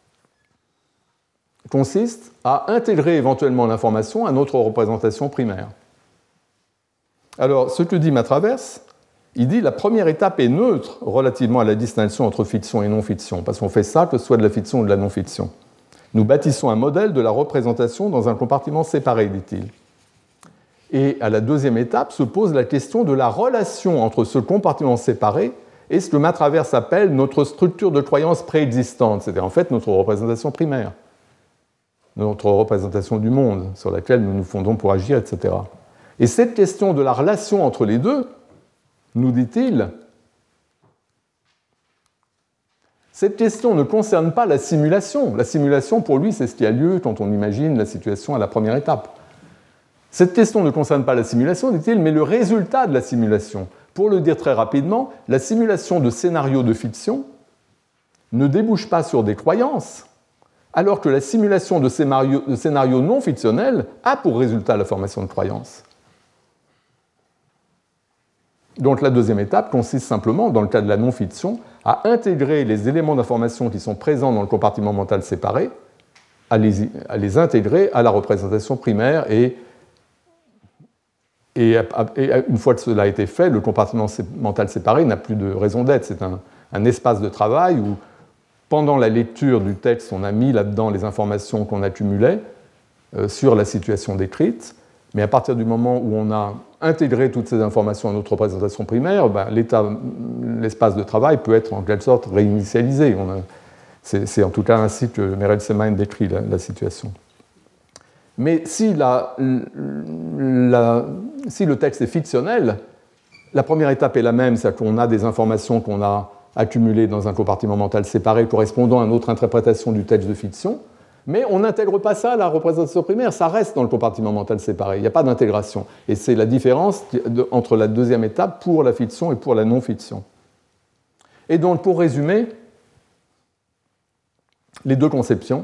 consiste à intégrer éventuellement l'information à notre représentation primaire. Alors, ce que dit Matraverse, il dit que la première étape est neutre relativement à la distinction entre fiction et non-fiction, parce qu'on fait ça, que ce soit de la fiction ou de la non-fiction. Nous bâtissons un modèle de la représentation dans un compartiment séparé, dit-il. Et à la deuxième étape se pose la question de la relation entre ce compartiment séparé et ce que Matraverse appelle notre structure de croyance préexistante, c'est-à-dire en fait notre représentation primaire, notre représentation du monde sur laquelle nous nous fondons pour agir, et cetera. Et cette question de la relation entre les deux, nous dit-il, cette question ne concerne pas la simulation. La simulation, pour lui, c'est ce qui a lieu quand on imagine la situation à la première étape. Cette question ne concerne pas la simulation, dit-il, mais le résultat de la simulation. Pour le dire très rapidement, la simulation de scénarios de fiction ne débouche pas sur des croyances, alors que la simulation de scénarios, de scénarios non fictionnels a pour résultat la formation de croyances. Donc la deuxième étape consiste simplement, dans le cas de la non-fiction, à intégrer les éléments d'information qui sont présents dans le compartiment mental séparé, à les, à les intégrer à la représentation primaire et, et, et une fois que cela a été fait, le compartiment mental séparé n'a plus de raison d'être. C'est un, un espace de travail où, pendant la lecture du texte, on a mis là-dedans les informations qu'on accumulait euh, sur la situation décrite, mais à partir du moment où on a intégré toutes ces informations à notre représentation primaire, ben, l'espace de travail peut être en quelque sorte réinitialisé. C'est en tout cas ainsi que Meretz-Semmelweis décrit la, la situation. Mais si, la, la, si le texte est fictionnel, la première étape est la même, c'est-à-dire qu'on a des informations qu'on a accumulées dans un compartiment mental séparé correspondant à notre interprétation du texte de fiction, mais on n'intègre pas ça à la représentation primaire, ça reste dans le compartiment mental séparé, il n'y a pas d'intégration. Et c'est la différence entre la deuxième étape pour la fiction et pour la non-fiction. Et donc, pour résumer, les deux conceptions,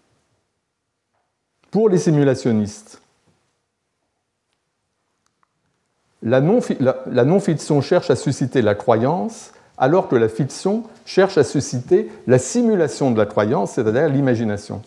pour les simulationnistes, la non-fiction cherche à susciter la croyance, alors que la fiction cherche à susciter la simulation de la croyance, c'est-à-dire l'imagination.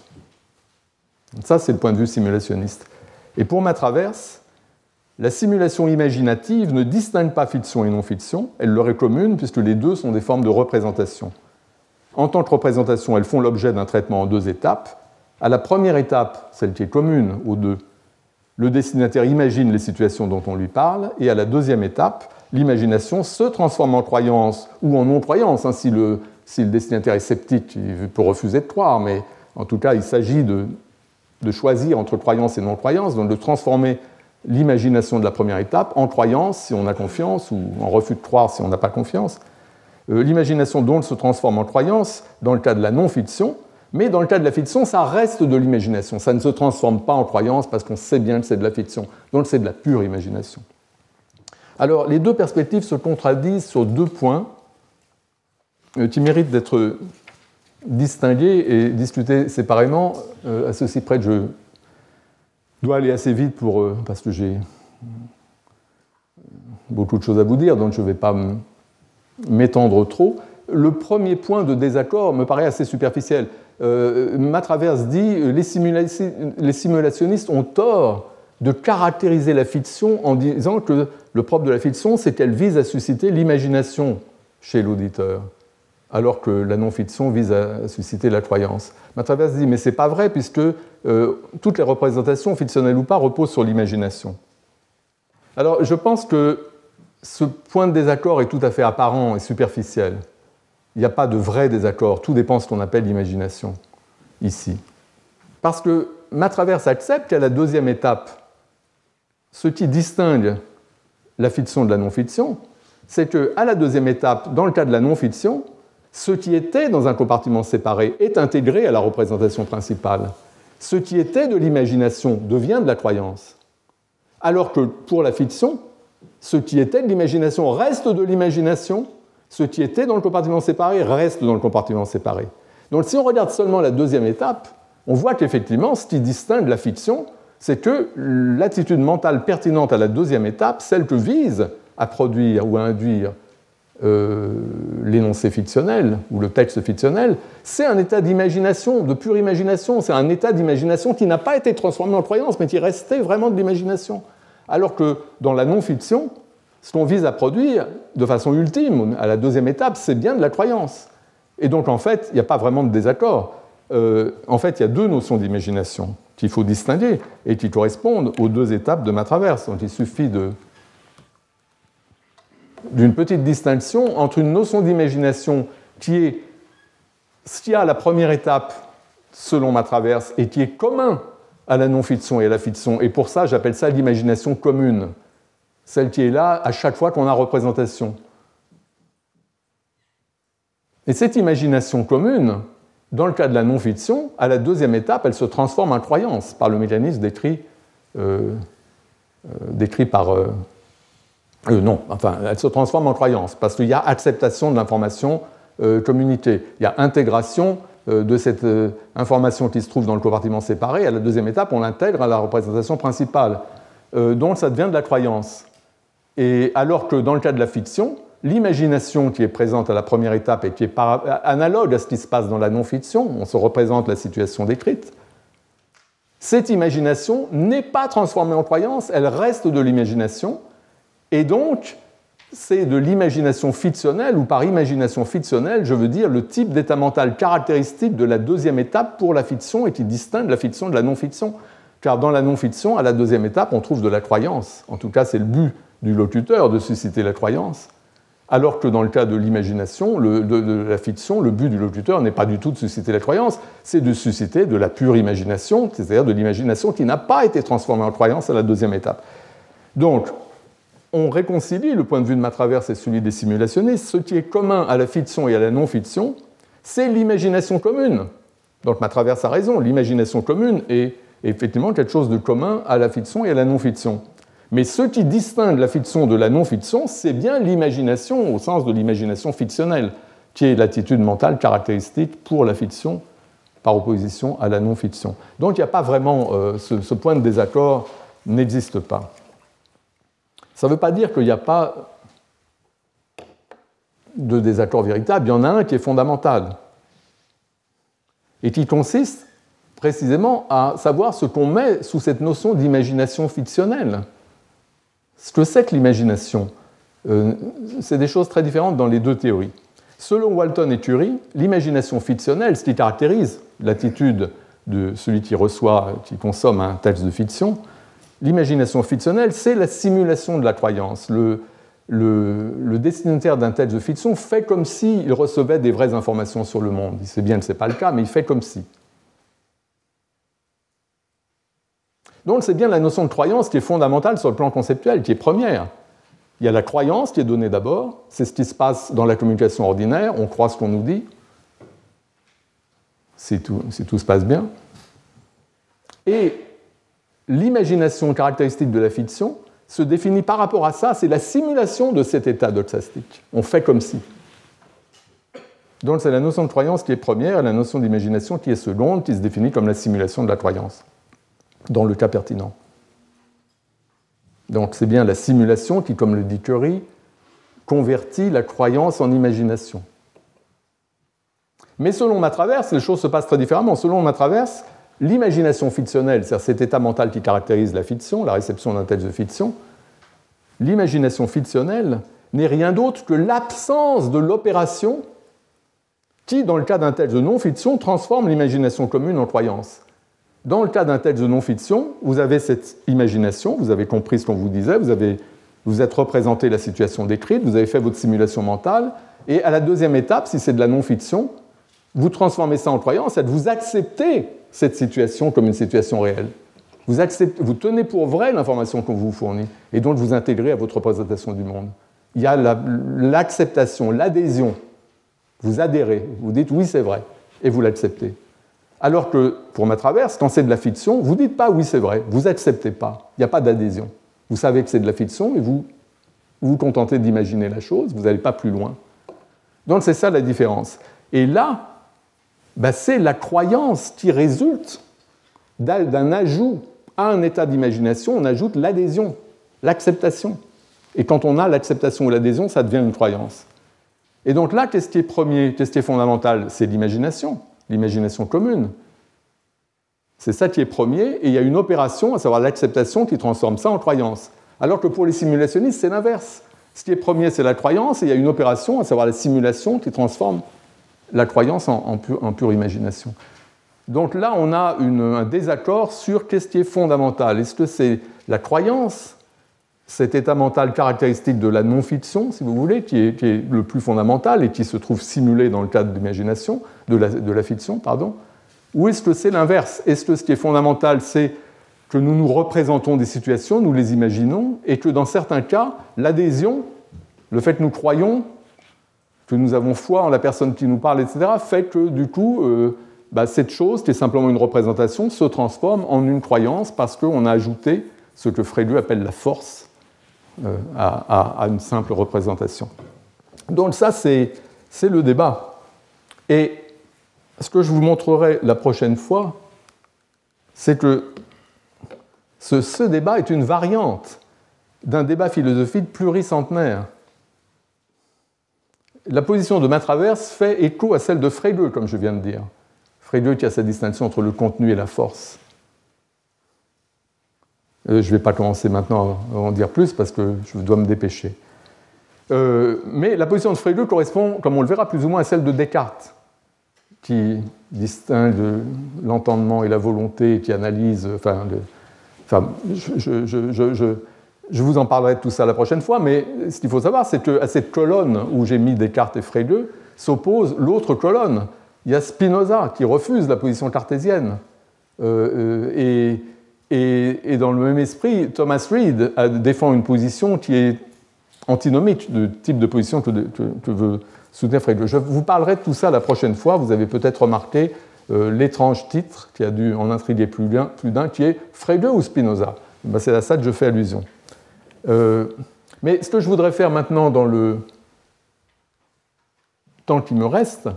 Ça, c'est le point de vue simulationniste. Et pour Matraverse, la simulation imaginative ne distingue pas fiction et non-fiction, elle leur est commune puisque les deux sont des formes de représentation. En tant que représentation, elles font l'objet d'un traitement en deux étapes. À la première étape, celle qui est commune aux deux, le destinataire imagine les situations dont on lui parle, et à la deuxième étape, l'imagination se transforme en croyance ou en non-croyance. Hein, si, le, si le destinataire est sceptique, il peut refuser de croire, mais en tout cas, il s'agit de, de choisir entre croyance et non-croyance, donc de transformer l'imagination de la première étape en croyance si on a confiance, ou en refus de croire si on n'a pas confiance. Euh, l'imagination donc se transforme en croyance dans le cas de la non-fiction, mais dans le cas de la fiction, ça reste de l'imagination. Ça ne se transforme pas en croyance parce qu'on sait bien que c'est de la fiction. Donc c'est de la pure imagination. Alors, les deux perspectives se contradisent sur deux points qui méritent d'être distingués et discutés séparément. À ceci près, je dois aller assez vite pour, parce que j'ai beaucoup de choses à vous dire, donc je ne vais pas m'étendre trop. Le premier point de désaccord me paraît assez superficiel. Euh, Matraverse dit les, les simulationnistes ont tort de caractériser la fiction en disant que le propre de la fiction, c'est qu'elle vise à susciter l'imagination chez l'auditeur, alors que la non-fiction vise à susciter la croyance. Matraverse dit, mais ce n'est pas vrai, puisque euh, toutes les représentations, fictionnelles ou pas, reposent sur l'imagination. Alors, je pense que ce point de désaccord est tout à fait apparent et superficiel. Il n'y a pas de vrai désaccord, tout dépend de ce qu'on appelle l'imagination, ici. Parce que Matraverse accepte qu'à la deuxième étape, ce qui distingue la fiction de la non-fiction, c'est qu'à la deuxième étape, dans le cas de la non-fiction, ce qui était dans un compartiment séparé est intégré à la représentation principale. Ce qui était de l'imagination devient de la croyance. Alors que pour la fiction, ce qui était de l'imagination reste de l'imagination, ce qui était dans le compartiment séparé reste dans le compartiment séparé. Donc si on regarde seulement la deuxième étape, on voit qu'effectivement, ce qui distingue la fiction, c'est que l'attitude mentale pertinente à la deuxième étape, celle que vise à produire ou à induire euh, l'énoncé fictionnel ou le texte fictionnel, c'est un état d'imagination, de pure imagination. C'est un état d'imagination qui n'a pas été transformé en croyance, mais qui restait vraiment de l'imagination. Alors que dans la non-fiction, ce qu'on vise à produire de façon ultime, à la deuxième étape, c'est bien de la croyance. Et donc, en fait, il n'y a pas vraiment de désaccord. Euh, en fait, il y a deux notions d'imagination qu'il faut distinguer et qui correspondent aux deux étapes de Matraverse. Donc, il suffit de, d'une petite distinction entre une notion d'imagination qui est ce qu'il y a à la première étape, selon Matraverse, et qui est commun à la non-fiction et à la fiction. Et pour ça, j'appelle ça l'imagination commune. Celle qui est là à chaque fois qu'on a représentation. Et cette imagination commune, dans le cas de la non-fiction, à la deuxième étape, elle se transforme en croyance par le mécanisme décrit, euh, euh, décrit par... Euh, euh, non, enfin, elle se transforme en croyance, parce qu'il y a acceptation de l'information euh, communiquée. Il y a intégration euh, de cette euh, information qui se trouve dans le compartiment séparé. À la deuxième étape, on l'intègre à la représentation principale. Euh, donc ça devient de la croyance. Et alors que dans le cas de la fiction, l'imagination qui est présente à la première étape et qui est par... analogue à ce qui se passe dans la non-fiction, on se représente la situation décrite, cette imagination n'est pas transformée en croyance, elle reste de l'imagination, et donc c'est de l'imagination fictionnelle, ou par imagination fictionnelle, je veux dire le type d'état mental caractéristique de la deuxième étape pour la fiction et qui distingue la fiction de la non-fiction. Car dans la non-fiction, à la deuxième étape, on trouve de la croyance. En tout cas, c'est le but du locuteur de susciter la croyance. Alors que dans le cas de l'imagination, de, de la fiction, le but du locuteur n'est pas du tout de susciter la croyance, c'est de susciter de la pure imagination, c'est-à-dire de l'imagination qui n'a pas été transformée en croyance à la deuxième étape. Donc, on réconcilie le point de vue de Matraverse et celui des simulationnistes. Ce qui est commun à la fiction et à la non-fiction, c'est l'imagination commune. Donc Matraverse a raison, l'imagination commune est effectivement quelque chose de commun à la fiction et à la non-fiction. Mais ce qui distingue la fiction de la non-fiction, c'est bien l'imagination, au sens de l'imagination fictionnelle, qui est l'attitude mentale caractéristique pour la fiction, par opposition à la non-fiction. Donc il n'y a pas vraiment, euh, ce, ce point de désaccord n'existe pas. Ça ne veut pas dire qu'il n'y a pas de désaccord véritable, il y en a un qui est fondamental, et qui consiste précisément à savoir ce qu'on met sous cette notion d'imagination fictionnelle. Ce que c'est que l'imagination, euh, c'est des choses très différentes dans les deux théories. Selon Walton et Curie, l'imagination fictionnelle, ce qui caractérise l'attitude de celui qui reçoit, qui consomme un texte de fiction, l'imagination fictionnelle, c'est la simulation de la croyance. Le, le, le destinataire d'un texte de fiction fait comme s'il recevait des vraies informations sur le monde. Il sait bien que ce n'est pas le cas, mais il fait comme si. Donc c'est bien la notion de croyance qui est fondamentale sur le plan conceptuel, qui est première. Il y a la croyance qui est donnée d'abord, c'est ce qui se passe dans la communication ordinaire, on croit ce qu'on nous dit, si tout, si tout se passe bien. Et l'imagination caractéristique de la fiction se définit par rapport à ça, c'est la simulation de cet état doxastique. On fait comme si. Donc c'est la notion de croyance qui est première et la notion d'imagination qui est seconde, qui se définit comme la simulation de la croyance, dans le cas pertinent. Donc c'est bien la simulation qui, comme le dit Curie, convertit la croyance en imagination. Mais selon Matraverse, les choses se passent très différemment. Selon Matraverse, l'imagination fictionnelle, c'est-à-dire cet état mental qui caractérise la fiction, la réception d'un texte de fiction, l'imagination fictionnelle n'est rien d'autre que l'absence de l'opération qui, dans le cas d'un texte de non-fiction, transforme l'imagination commune en croyance. Dans le cas d'un texte de non-fiction, vous avez cette imagination, vous avez compris ce qu'on vous disait, vous avez, vous êtes représenté la situation décrite, vous avez fait votre simulation mentale, et à la deuxième étape, si c'est de la non-fiction, vous transformez ça en croyance, c'est-à-dire vous acceptez cette situation comme une situation réelle. Vous, acceptez, vous tenez pour vrai l'information qu'on vous fournit, et donc vous intégrez à votre représentation du monde. Il y a la, l'acceptation, l'adhésion. Vous adhérez, vous dites oui, c'est vrai, et vous l'acceptez. Alors que, pour Matraverse, quand c'est de la fiction, vous ne dites pas oui, c'est vrai, vous n'acceptez pas, il n'y a pas d'adhésion. Vous savez que c'est de la fiction, mais vous vous, vous contentez d'imaginer la chose, vous n'allez pas plus loin. Donc c'est ça la différence. Et là, ben, c'est la croyance qui résulte d'un ajout à un état d'imagination, on ajoute l'adhésion, l'acceptation. Et quand on a l'acceptation ou l'adhésion, ça devient une croyance. Et donc là, qu'est-ce qui est premier, qu'est-ce qui est fondamental? C'est l'imagination. L'imagination commune. C'est ça qui est premier, et il y a une opération, à savoir l'acceptation, qui transforme ça en croyance. Alors que pour les simulationnistes, c'est l'inverse. Ce qui est premier, c'est la croyance, et il y a une opération, à savoir la simulation, qui transforme la croyance en, en, pure, en pure imagination. Donc là, on a une, un désaccord sur qu'est-ce qui est fondamental. Est-ce que c'est la croyance, cet état mental caractéristique de la non-fiction, si vous voulez, qui est, qui est le plus fondamental et qui se trouve simulé dans le cadre de l'imagination, de la, de la fiction, pardon, ou est-ce que c'est l'inverse? Est-ce que ce qui est fondamental, c'est que nous nous représentons des situations, nous les imaginons, et que dans certains cas, l'adhésion, le fait que nous croyons, que nous avons foi en la personne qui nous parle, et cetera, fait que, du coup, euh, bah, cette chose, qui est simplement une représentation, se transforme en une croyance parce qu'on a ajouté ce que Frege appelle la force Euh, à, à, à une simple représentation. Donc ça, c'est, c'est le débat. Et ce que je vous montrerai la prochaine fois, c'est que ce, ce débat est une variante d'un débat philosophique pluricentenaire. La position de Matraverse fait écho à celle de Frege, comme je viens de dire. Frege qui a sa distinction entre le contenu et la force. Euh, je ne vais pas commencer maintenant à en dire plus parce que je dois me dépêcher. Euh, mais la position de Frege correspond, comme on le verra, plus ou moins à celle de Descartes, qui distingue l'entendement et la volonté, qui analyse. Enfin, le, enfin je, je, je, je, je vous en parlerai de tout ça la prochaine fois, mais ce qu'il faut savoir, c'est qu'à cette colonne où j'ai mis Descartes et Frege s'oppose l'autre colonne. Il y a Spinoza qui refuse la position cartésienne. Euh, et, et, et dans le même esprit, Thomas Reid défend une position qui est antinomique du type de position que, que, que veut soutenir Frege. Je vous parlerai de tout ça la prochaine fois. Vous avez peut-être remarqué euh, l'étrange titre qui a dû en intriguer plus d'un, plus d'un qui est Frege ou Spinoza. Ben, c'est à ça que je fais allusion. Euh, mais ce que je voudrais faire maintenant dans le temps qui me reste,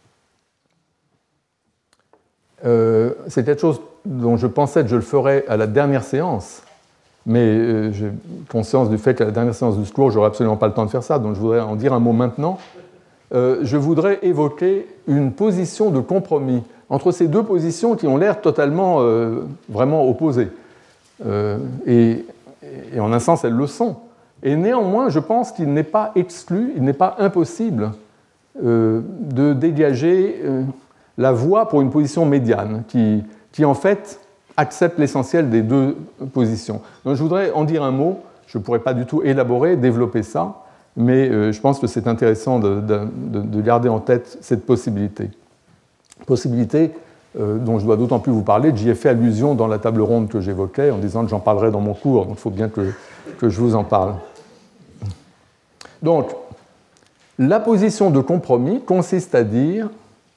euh, c'est quelque chose dont je pensais que je le ferais à la dernière séance, mais euh, j'ai conscience du fait qu'à la dernière séance du cours, je n'aurai absolument pas le temps de faire ça, donc je voudrais en dire un mot maintenant. Euh, je voudrais évoquer une position de compromis entre ces deux positions qui ont l'air totalement, euh, vraiment opposées. Euh, et, et en un sens, elles le sont. Et néanmoins, je pense qu'il n'est pas exclu, il n'est pas impossible euh, de dégager euh, la voie pour une position médiane qui, qui en fait, accepte l'essentiel des deux positions. Donc je voudrais en dire un mot, je ne pourrais pas du tout élaborer, développer ça, mais euh, je pense que c'est intéressant de, de, de garder en tête cette possibilité. Possibilité euh, dont je dois d'autant plus vous parler, j'y ai fait allusion dans la table ronde que j'évoquais, en disant que j'en parlerai dans mon cours, donc il faut bien que, que je vous en parle. Donc, la position de compromis consiste à dire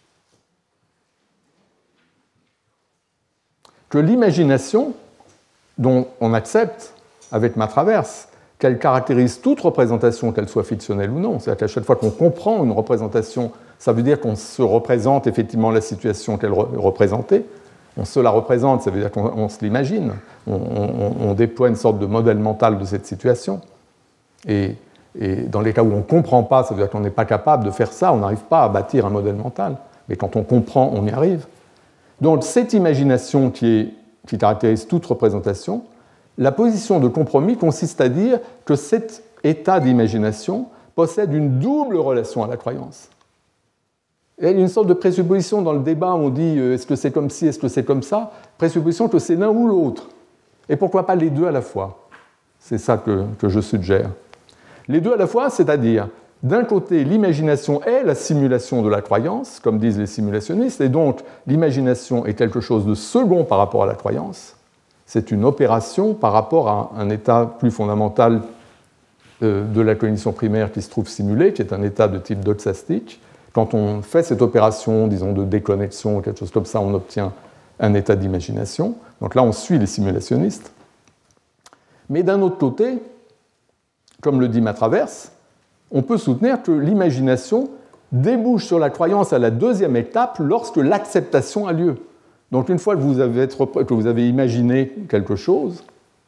que l'imagination, dont on accepte avec ma traverse, qu'elle caractérise toute représentation, qu'elle soit fictionnelle ou non. C'est-à-dire qu'à chaque fois qu'on comprend une représentation, ça veut dire qu'on se représente effectivement la situation qu'elle est représentée. On se la représente, ça veut dire qu'on se l'imagine. On, on, on déploie une sorte de modèle mental de cette situation. Et, et dans les cas où on ne comprend pas, ça veut dire qu'on n'est pas capable de faire ça, on n'arrive pas à bâtir un modèle mental. Mais quand on comprend, on y arrive. Donc cette imagination qui, est, qui caractérise toute représentation, la position de compromis consiste à dire que cet état d'imagination possède une double relation à la croyance. Il y a une sorte de présupposition dans le débat où on dit est-ce que c'est comme ci, est-ce que c'est comme ça, présupposition que c'est l'un ou l'autre. Et pourquoi pas les deux à la fois? C'est ça que, que je suggère. Les deux à la fois, c'est-à-dire, d'un côté, l'imagination est la simulation de la croyance, comme disent les simulationnistes, et donc l'imagination est quelque chose de second par rapport à la croyance. C'est une opération par rapport à un état plus fondamental de la cognition primaire qui se trouve simulé, qui est un état de type doxastique. Quand on fait cette opération, disons, de déconnexion ou quelque chose comme ça, on obtient un état d'imagination. Donc là, on suit les simulationnistes. Mais d'un autre côté, comme le dit Matraverse, on peut soutenir que l'imagination débouche sur la croyance à la deuxième étape lorsque l'acceptation a lieu. Donc une fois que vous avez, être, que vous avez imaginé quelque chose,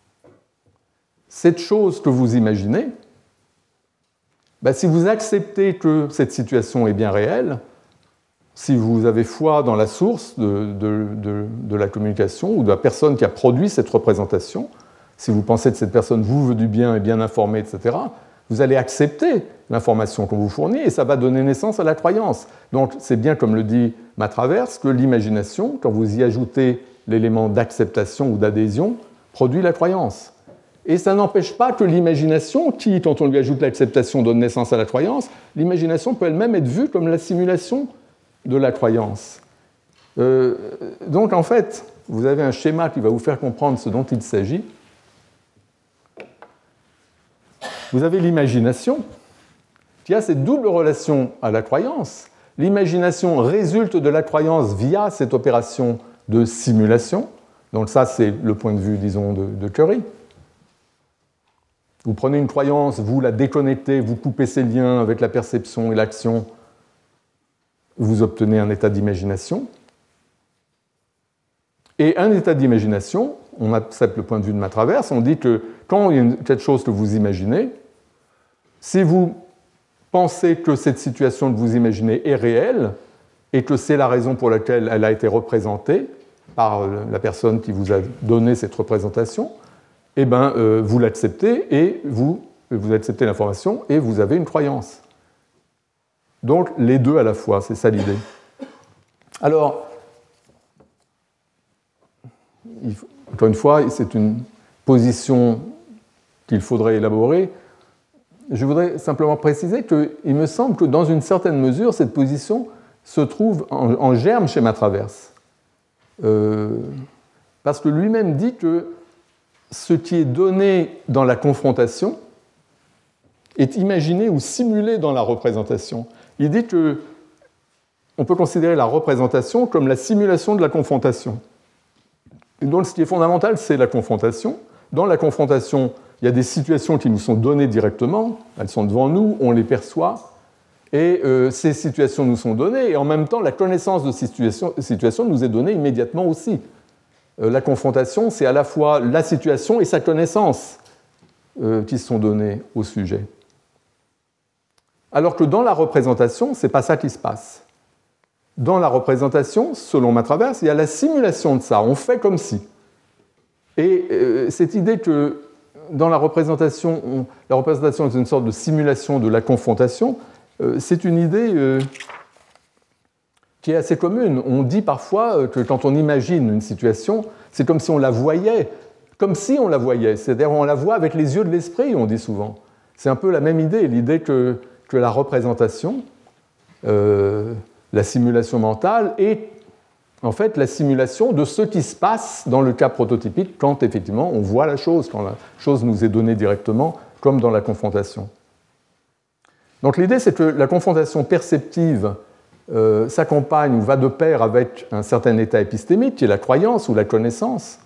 cette chose que vous imaginez, ben, si vous acceptez que cette situation est bien réelle, si vous avez foi dans la source de, de, de, de la communication ou de la personne qui a produit cette représentation, si vous pensez que cette personne vous veut du bien, est bien informée, et cetera, vous allez accepter l'information qu'on vous fournit et ça va donner naissance à la croyance. Donc c'est bien comme le dit Matraverse que l'imagination, quand vous y ajoutez l'élément d'acceptation ou d'adhésion, produit la croyance. Et ça n'empêche pas que l'imagination, qui, quand on lui ajoute l'acceptation, donne naissance à la croyance, l'imagination peut elle-même être vue comme la simulation de la croyance. Euh, donc en fait, vous avez un schéma qui va vous faire comprendre ce dont il s'agit. Vous avez l'imagination qui a cette double relation à la croyance. L'imagination résulte de la croyance via cette opération de simulation. Donc ça, c'est le point de vue, disons, de, de Curry. Vous prenez une croyance, vous la déconnectez, vous coupez ses liens avec la perception et l'action, vous obtenez un état d'imagination. Et un état d'imagination, on accepte le point de vue de Matraverse, on dit que quand il y a quelque chose que vous imaginez, si vous pensez que cette situation que vous imaginez est réelle et que c'est la raison pour laquelle elle a été représentée par la personne qui vous a donné cette représentation, eh ben, euh, vous l'acceptez et vous, vous acceptez l'information et vous avez une croyance. Donc les deux à la fois, c'est ça l'idée. Alors, il faut, encore une fois, c'est une position qu'il faudrait élaborer. Je voudrais simplement préciser qu'il me semble que dans une certaine mesure, cette position se trouve en, en germe chez Matraverse. Euh, parce que lui-même dit que ce qui est donné dans la confrontation est imaginé ou simulé dans la représentation. Il dit que on peut considérer la représentation comme la simulation de la confrontation. Et donc ce qui est fondamental, c'est la confrontation. Dans la confrontation, il y a des situations qui nous sont données directement, elles sont devant nous, on les perçoit, et euh, ces situations nous sont données, et en même temps, la connaissance de ces situations, situations nous est donnée immédiatement aussi. Euh, la confrontation, c'est à la fois la situation et sa connaissance euh, qui sont données au sujet. Alors que dans la représentation, ce n'est pas ça qui se passe. Dans la représentation, selon Matraverse, il y a la simulation de ça, on fait comme si. Et euh, cette idée que dans la représentation, on, la représentation est une sorte de simulation de la confrontation, euh, c'est une idée euh, qui est assez commune. On dit parfois que quand on imagine une situation, c'est comme si on la voyait, comme si on la voyait, c'est-à-dire on la voit avec les yeux de l'esprit, on dit souvent. C'est un peu la même idée, l'idée que, que la représentation, euh, la simulation mentale est en fait la simulation de ce qui se passe dans le cas prototypique quand effectivement on voit la chose, quand la chose nous est donnée directement, comme dans la confrontation. Donc l'idée, c'est que la confrontation perceptive euh, s'accompagne ou va de pair avec un certain état épistémique, qui est la croyance ou la connaissance,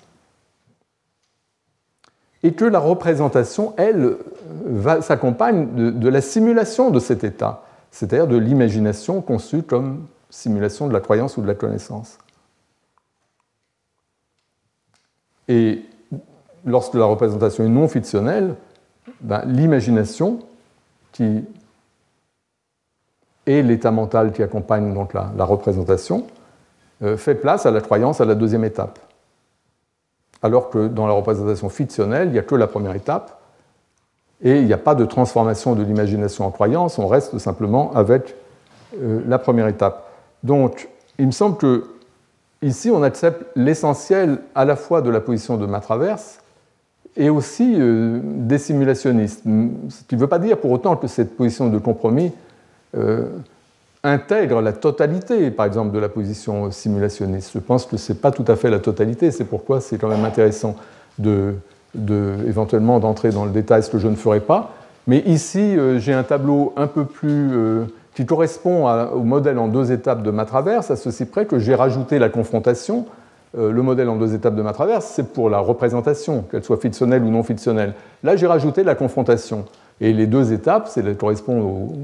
et que la représentation, elle, va, s'accompagne de, de la simulation de cet état, c'est-à-dire de l'imagination conçue comme simulation de la croyance ou de la connaissance. Et lorsque la représentation est non fictionnelle, ben, l'imagination, qui est l'état mental qui accompagne donc la, la représentation, euh, fait place à la croyance à la deuxième étape. Alors que dans la représentation fictionnelle, il n'y a que la première étape, et il n'y a pas de transformation de l'imagination en croyance, on reste simplement avec euh, la première étape. Donc, il me semble que ici, on accepte l'essentiel à la fois de la position de Matraverse et aussi euh, des simulationnistes. Ce qui ne veut pas dire pour autant que cette position de compromis euh, intègre la totalité, par exemple, de la position simulationniste. Je pense que ce n'est pas tout à fait la totalité, c'est pourquoi c'est quand même intéressant de, de, éventuellement d'entrer dans le détail, ce que je ne ferai pas. Mais ici, euh, j'ai un tableau un peu plus... Euh, qui correspond à, au modèle en deux étapes de Matraverse, à ceci près que j'ai rajouté la confrontation. Euh, le modèle en deux étapes de Matraverse, c'est pour la représentation, qu'elle soit fictionnelle ou non fictionnelle. Là, j'ai rajouté la confrontation. Et les deux étapes, elles correspondent au,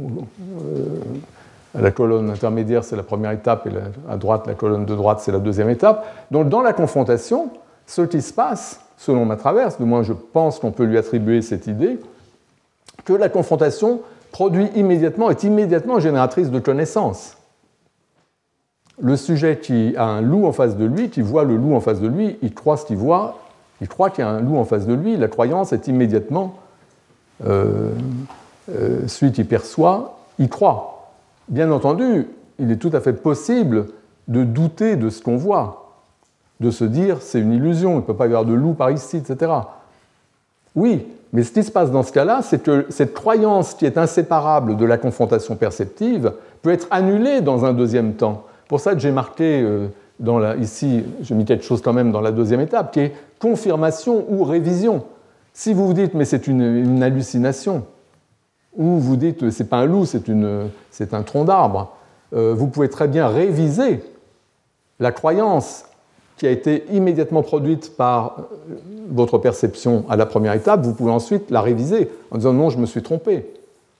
euh, à la colonne intermédiaire, c'est la première étape, et la, à droite, la colonne de droite, c'est la deuxième étape. Donc, dans la confrontation, ce qui se passe, selon Matraverse, du moins je pense qu'on peut lui attribuer cette idée, que la confrontation produit immédiatement, est immédiatement génératrice de connaissances. Le sujet qui a un loup en face de lui, qui voit le loup en face de lui, il croit ce qu'il voit, il croit qu'il y a un loup en face de lui, la croyance est immédiatement, euh, euh, celui qui perçoit, il croit. Bien entendu, il est tout à fait possible de douter de ce qu'on voit, de se dire c'est une illusion, il ne peut pas y avoir de loup par ici, et cetera. Oui, mais ce qui se passe dans ce cas-là, c'est que cette croyance qui est inséparable de la confrontation perceptive peut être annulée dans un deuxième temps. Pour ça que j'ai marqué euh, dans la, ici, j'ai mis quelque chose quand même dans la deuxième étape, qui est confirmation ou révision. Si vous vous dites, mais c'est une, une hallucination, ou vous dites, c'est pas un loup, c'est, une, c'est un tronc d'arbre, euh, vous pouvez très bien réviser la croyance qui a été immédiatement produite par votre perception à la première étape, vous pouvez ensuite la réviser en disant non, je me suis trompé.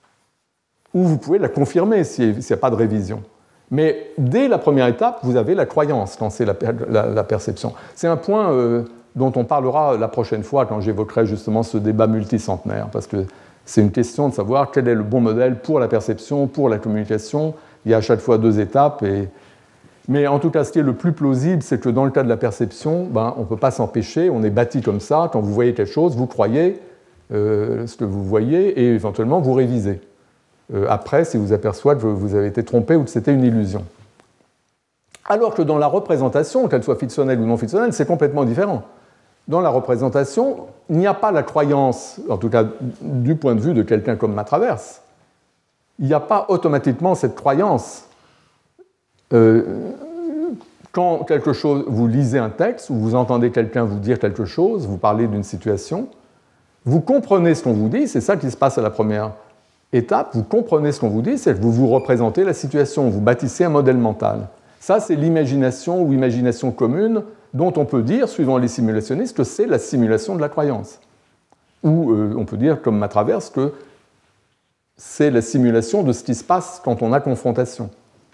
Ou vous pouvez la confirmer s'il n'y a pas de révision. Mais dès la première étape, vous avez la croyance quand c'est la, la, la perception. C'est un point euh, dont on parlera la prochaine fois quand j'évoquerai justement ce débat multicentenaire, parce que c'est une question de savoir quel est le bon modèle pour la perception, pour la communication. Il y a à chaque fois deux étapes. Et... Mais en tout cas, ce qui est le plus plausible, c'est que dans le cas de la perception, ben, on ne peut pas s'empêcher, on est bâti comme ça, quand vous voyez quelque chose, vous croyez euh, ce que vous voyez et éventuellement vous révisez. Euh, après, si vous apercevez que vous avez été trompé ou que c'était une illusion. Alors que dans la représentation, qu'elle soit fictionnelle ou non fictionnelle, c'est complètement différent. Dans la représentation, il n'y a pas la croyance, en tout cas du point de vue de quelqu'un comme Matraverse, il n'y a pas automatiquement cette croyance. Euh, quand quelque chose, vous lisez un texte ou vous entendez quelqu'un vous dire quelque chose, vous parlez d'une situation, vous comprenez ce qu'on vous dit, c'est ça qui se passe à la première étape, vous comprenez ce qu'on vous dit, c'est que vous vous représentez la situation, vous bâtissez un modèle mental. Ça, c'est l'imagination ou imagination commune dont on peut dire, suivant les simulationnistes, que c'est la simulation de la croyance. Ou euh, on peut dire, comme Matraverse, que c'est la simulation de ce qui se passe quand on a confrontation.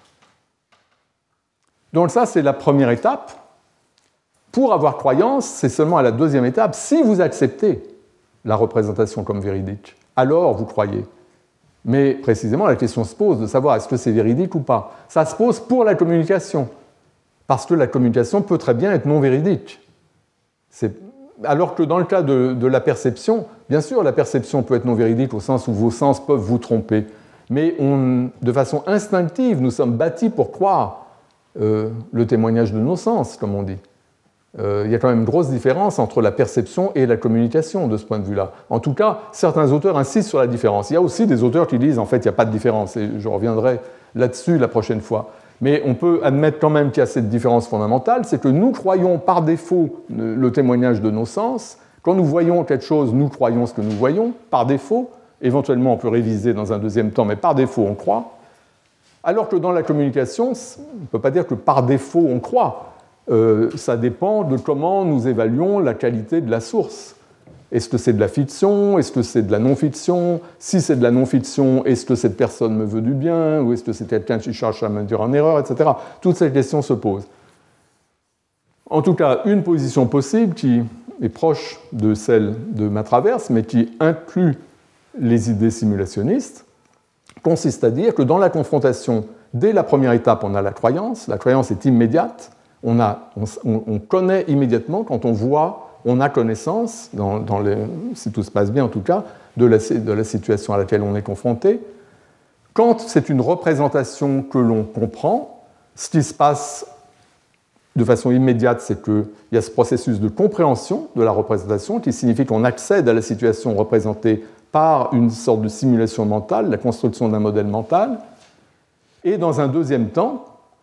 Donc ça, c'est la première étape. Pour avoir croyance, c'est seulement à la deuxième étape. Si vous acceptez la représentation comme véridique, alors vous croyez. Mais précisément, la question se pose de savoir est-ce que c'est véridique ou pas. Ça se pose pour la communication, parce que la communication peut très bien être non véridique. C'est... Alors que dans le cas de, de la perception, bien sûr, la perception peut être non véridique au sens où vos sens peuvent vous tromper. Mais on, de façon instinctive, nous sommes bâtis pour croire Euh, le témoignage de nos sens, comme on dit. Euh, il y a quand même une grosse différence entre la perception et la communication de ce point de vue-là. En tout cas, certains auteurs insistent sur la différence. Il y a aussi des auteurs qui disent en fait il n'y a pas de différence, et je reviendrai là-dessus la prochaine fois. Mais on peut admettre quand même qu'il y a cette différence fondamentale, c'est que nous croyons par défaut le témoignage de nos sens. Quand nous voyons quelque chose, nous croyons ce que nous voyons, par défaut. Éventuellement, on peut réviser dans un deuxième temps, mais par défaut, on croit. Alors que dans la communication, on ne peut pas dire que par défaut on croit. Euh, ça dépend de comment nous évaluons la qualité de la source. Est-ce que c'est de la fiction? Est-ce que c'est de la non-fiction? Si c'est de la non-fiction, est-ce que cette personne me veut du bien? Ou est-ce que c'est quelqu'un qui cherche à me dire en erreur, et cetera. Toutes ces questions se posent. En tout cas, une position possible qui est proche de celle de Matraverse, mais qui inclut les idées simulationnistes, consiste à dire que dans la confrontation, dès la première étape, on a la croyance. La croyance est immédiate. On, a, on, on connaît immédiatement, quand on voit, on a connaissance, dans, dans les, si tout se passe bien en tout cas, de la, de la situation à laquelle on est confronté. Quand c'est une représentation que l'on comprend, ce qui se passe de façon immédiate, c'est qu'il y a ce processus de compréhension de la représentation qui signifie qu'on accède à la situation représentée par une sorte de simulation mentale, la construction d'un modèle mental. Et dans un deuxième temps,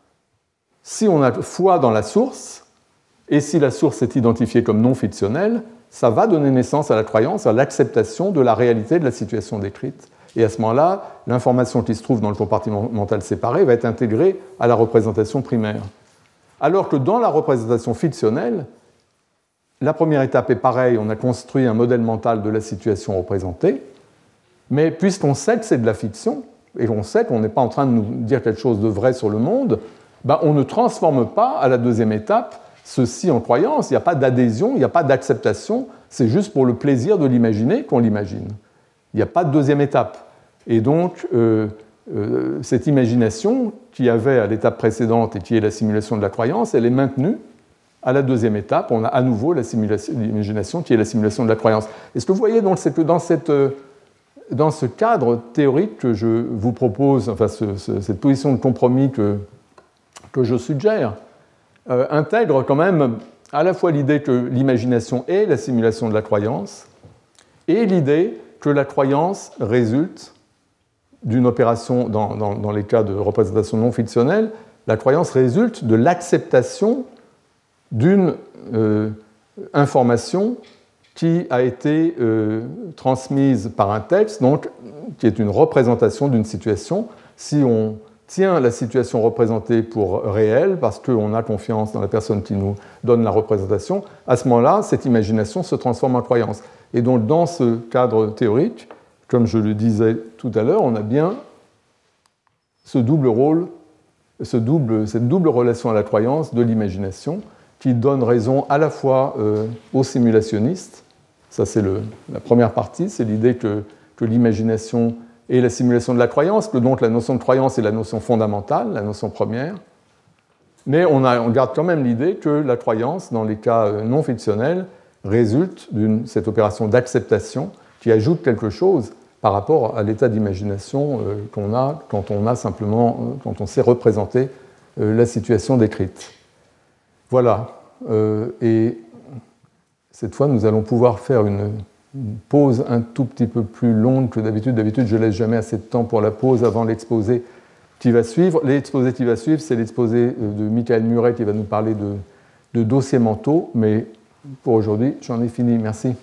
si on a foi dans la source, et si la source est identifiée comme non fictionnelle, ça va donner naissance à la croyance, à l'acceptation de la réalité de la situation décrite. Et à ce moment-là, l'information qui se trouve dans le compartiment mental séparé va être intégrée à la représentation primaire. Alors que dans la représentation fictionnelle, la première étape est pareille, on a construit un modèle mental de la situation représentée, mais puisqu'on sait que c'est de la fiction, et on sait qu'on n'est pas en train de nous dire quelque chose de vrai sur le monde, ben on ne transforme pas à la deuxième étape ceci en croyance, il n'y a pas d'adhésion, il n'y a pas d'acceptation, c'est juste pour le plaisir de l'imaginer qu'on l'imagine. Il n'y a pas de deuxième étape. Et donc, euh, euh, cette imagination qu'il y avait à l'étape précédente et qui est la simulation de la croyance, elle est maintenue. À la deuxième étape, on a à nouveau la simulation, l'imagination qui est la simulation de la croyance. Et ce que vous voyez, donc, c'est que dans, cette, dans ce cadre théorique que je vous propose, enfin ce, ce, cette position de compromis que, que je suggère, euh, intègre quand même à la fois l'idée que l'imagination est la simulation de la croyance et l'idée que la croyance résulte d'une opération, dans, dans, dans les cas de représentation non fictionnelle, la croyance résulte de l'acceptation d'une euh, information qui a été euh, transmise par un texte, donc qui est une représentation d'une situation. Si on tient la situation représentée pour réelle, parce qu'on a confiance dans la personne qui nous donne la représentation, à ce moment-là, cette imagination se transforme en croyance. Et donc, dans ce cadre théorique, comme je le disais tout à l'heure, on a bien ce double rôle, ce double, cette double relation à la croyance de l'imagination, qui donne raison à la fois euh, aux simulationnistes, ça c'est le, la première partie, c'est l'idée que, que l'imagination est la simulation de la croyance, que donc la notion de croyance est la notion fondamentale, la notion première, Mais on, a, on garde quand même l'idée que la croyance, dans les cas non fictionnels, résulte de cette opération d'acceptation qui ajoute quelque chose par rapport à l'état d'imagination euh, qu'on a quand on a simplement, euh, quand on sait représenter euh, la situation décrite. Voilà. Euh, et cette fois, nous allons pouvoir faire une, une pause un tout petit peu plus longue que d'habitude. D'habitude, je ne laisse jamais assez de temps pour la pause avant l'exposé qui va suivre. L'exposé qui va suivre, c'est l'exposé de Michael Murray qui va nous parler de, de dossiers mentaux. Mais pour aujourd'hui, j'en ai fini. Merci.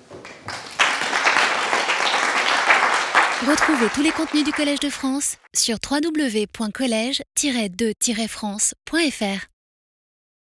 Retrouvez tous les contenus du Collège de France sur w w w point collège tiret de tiret france point f r.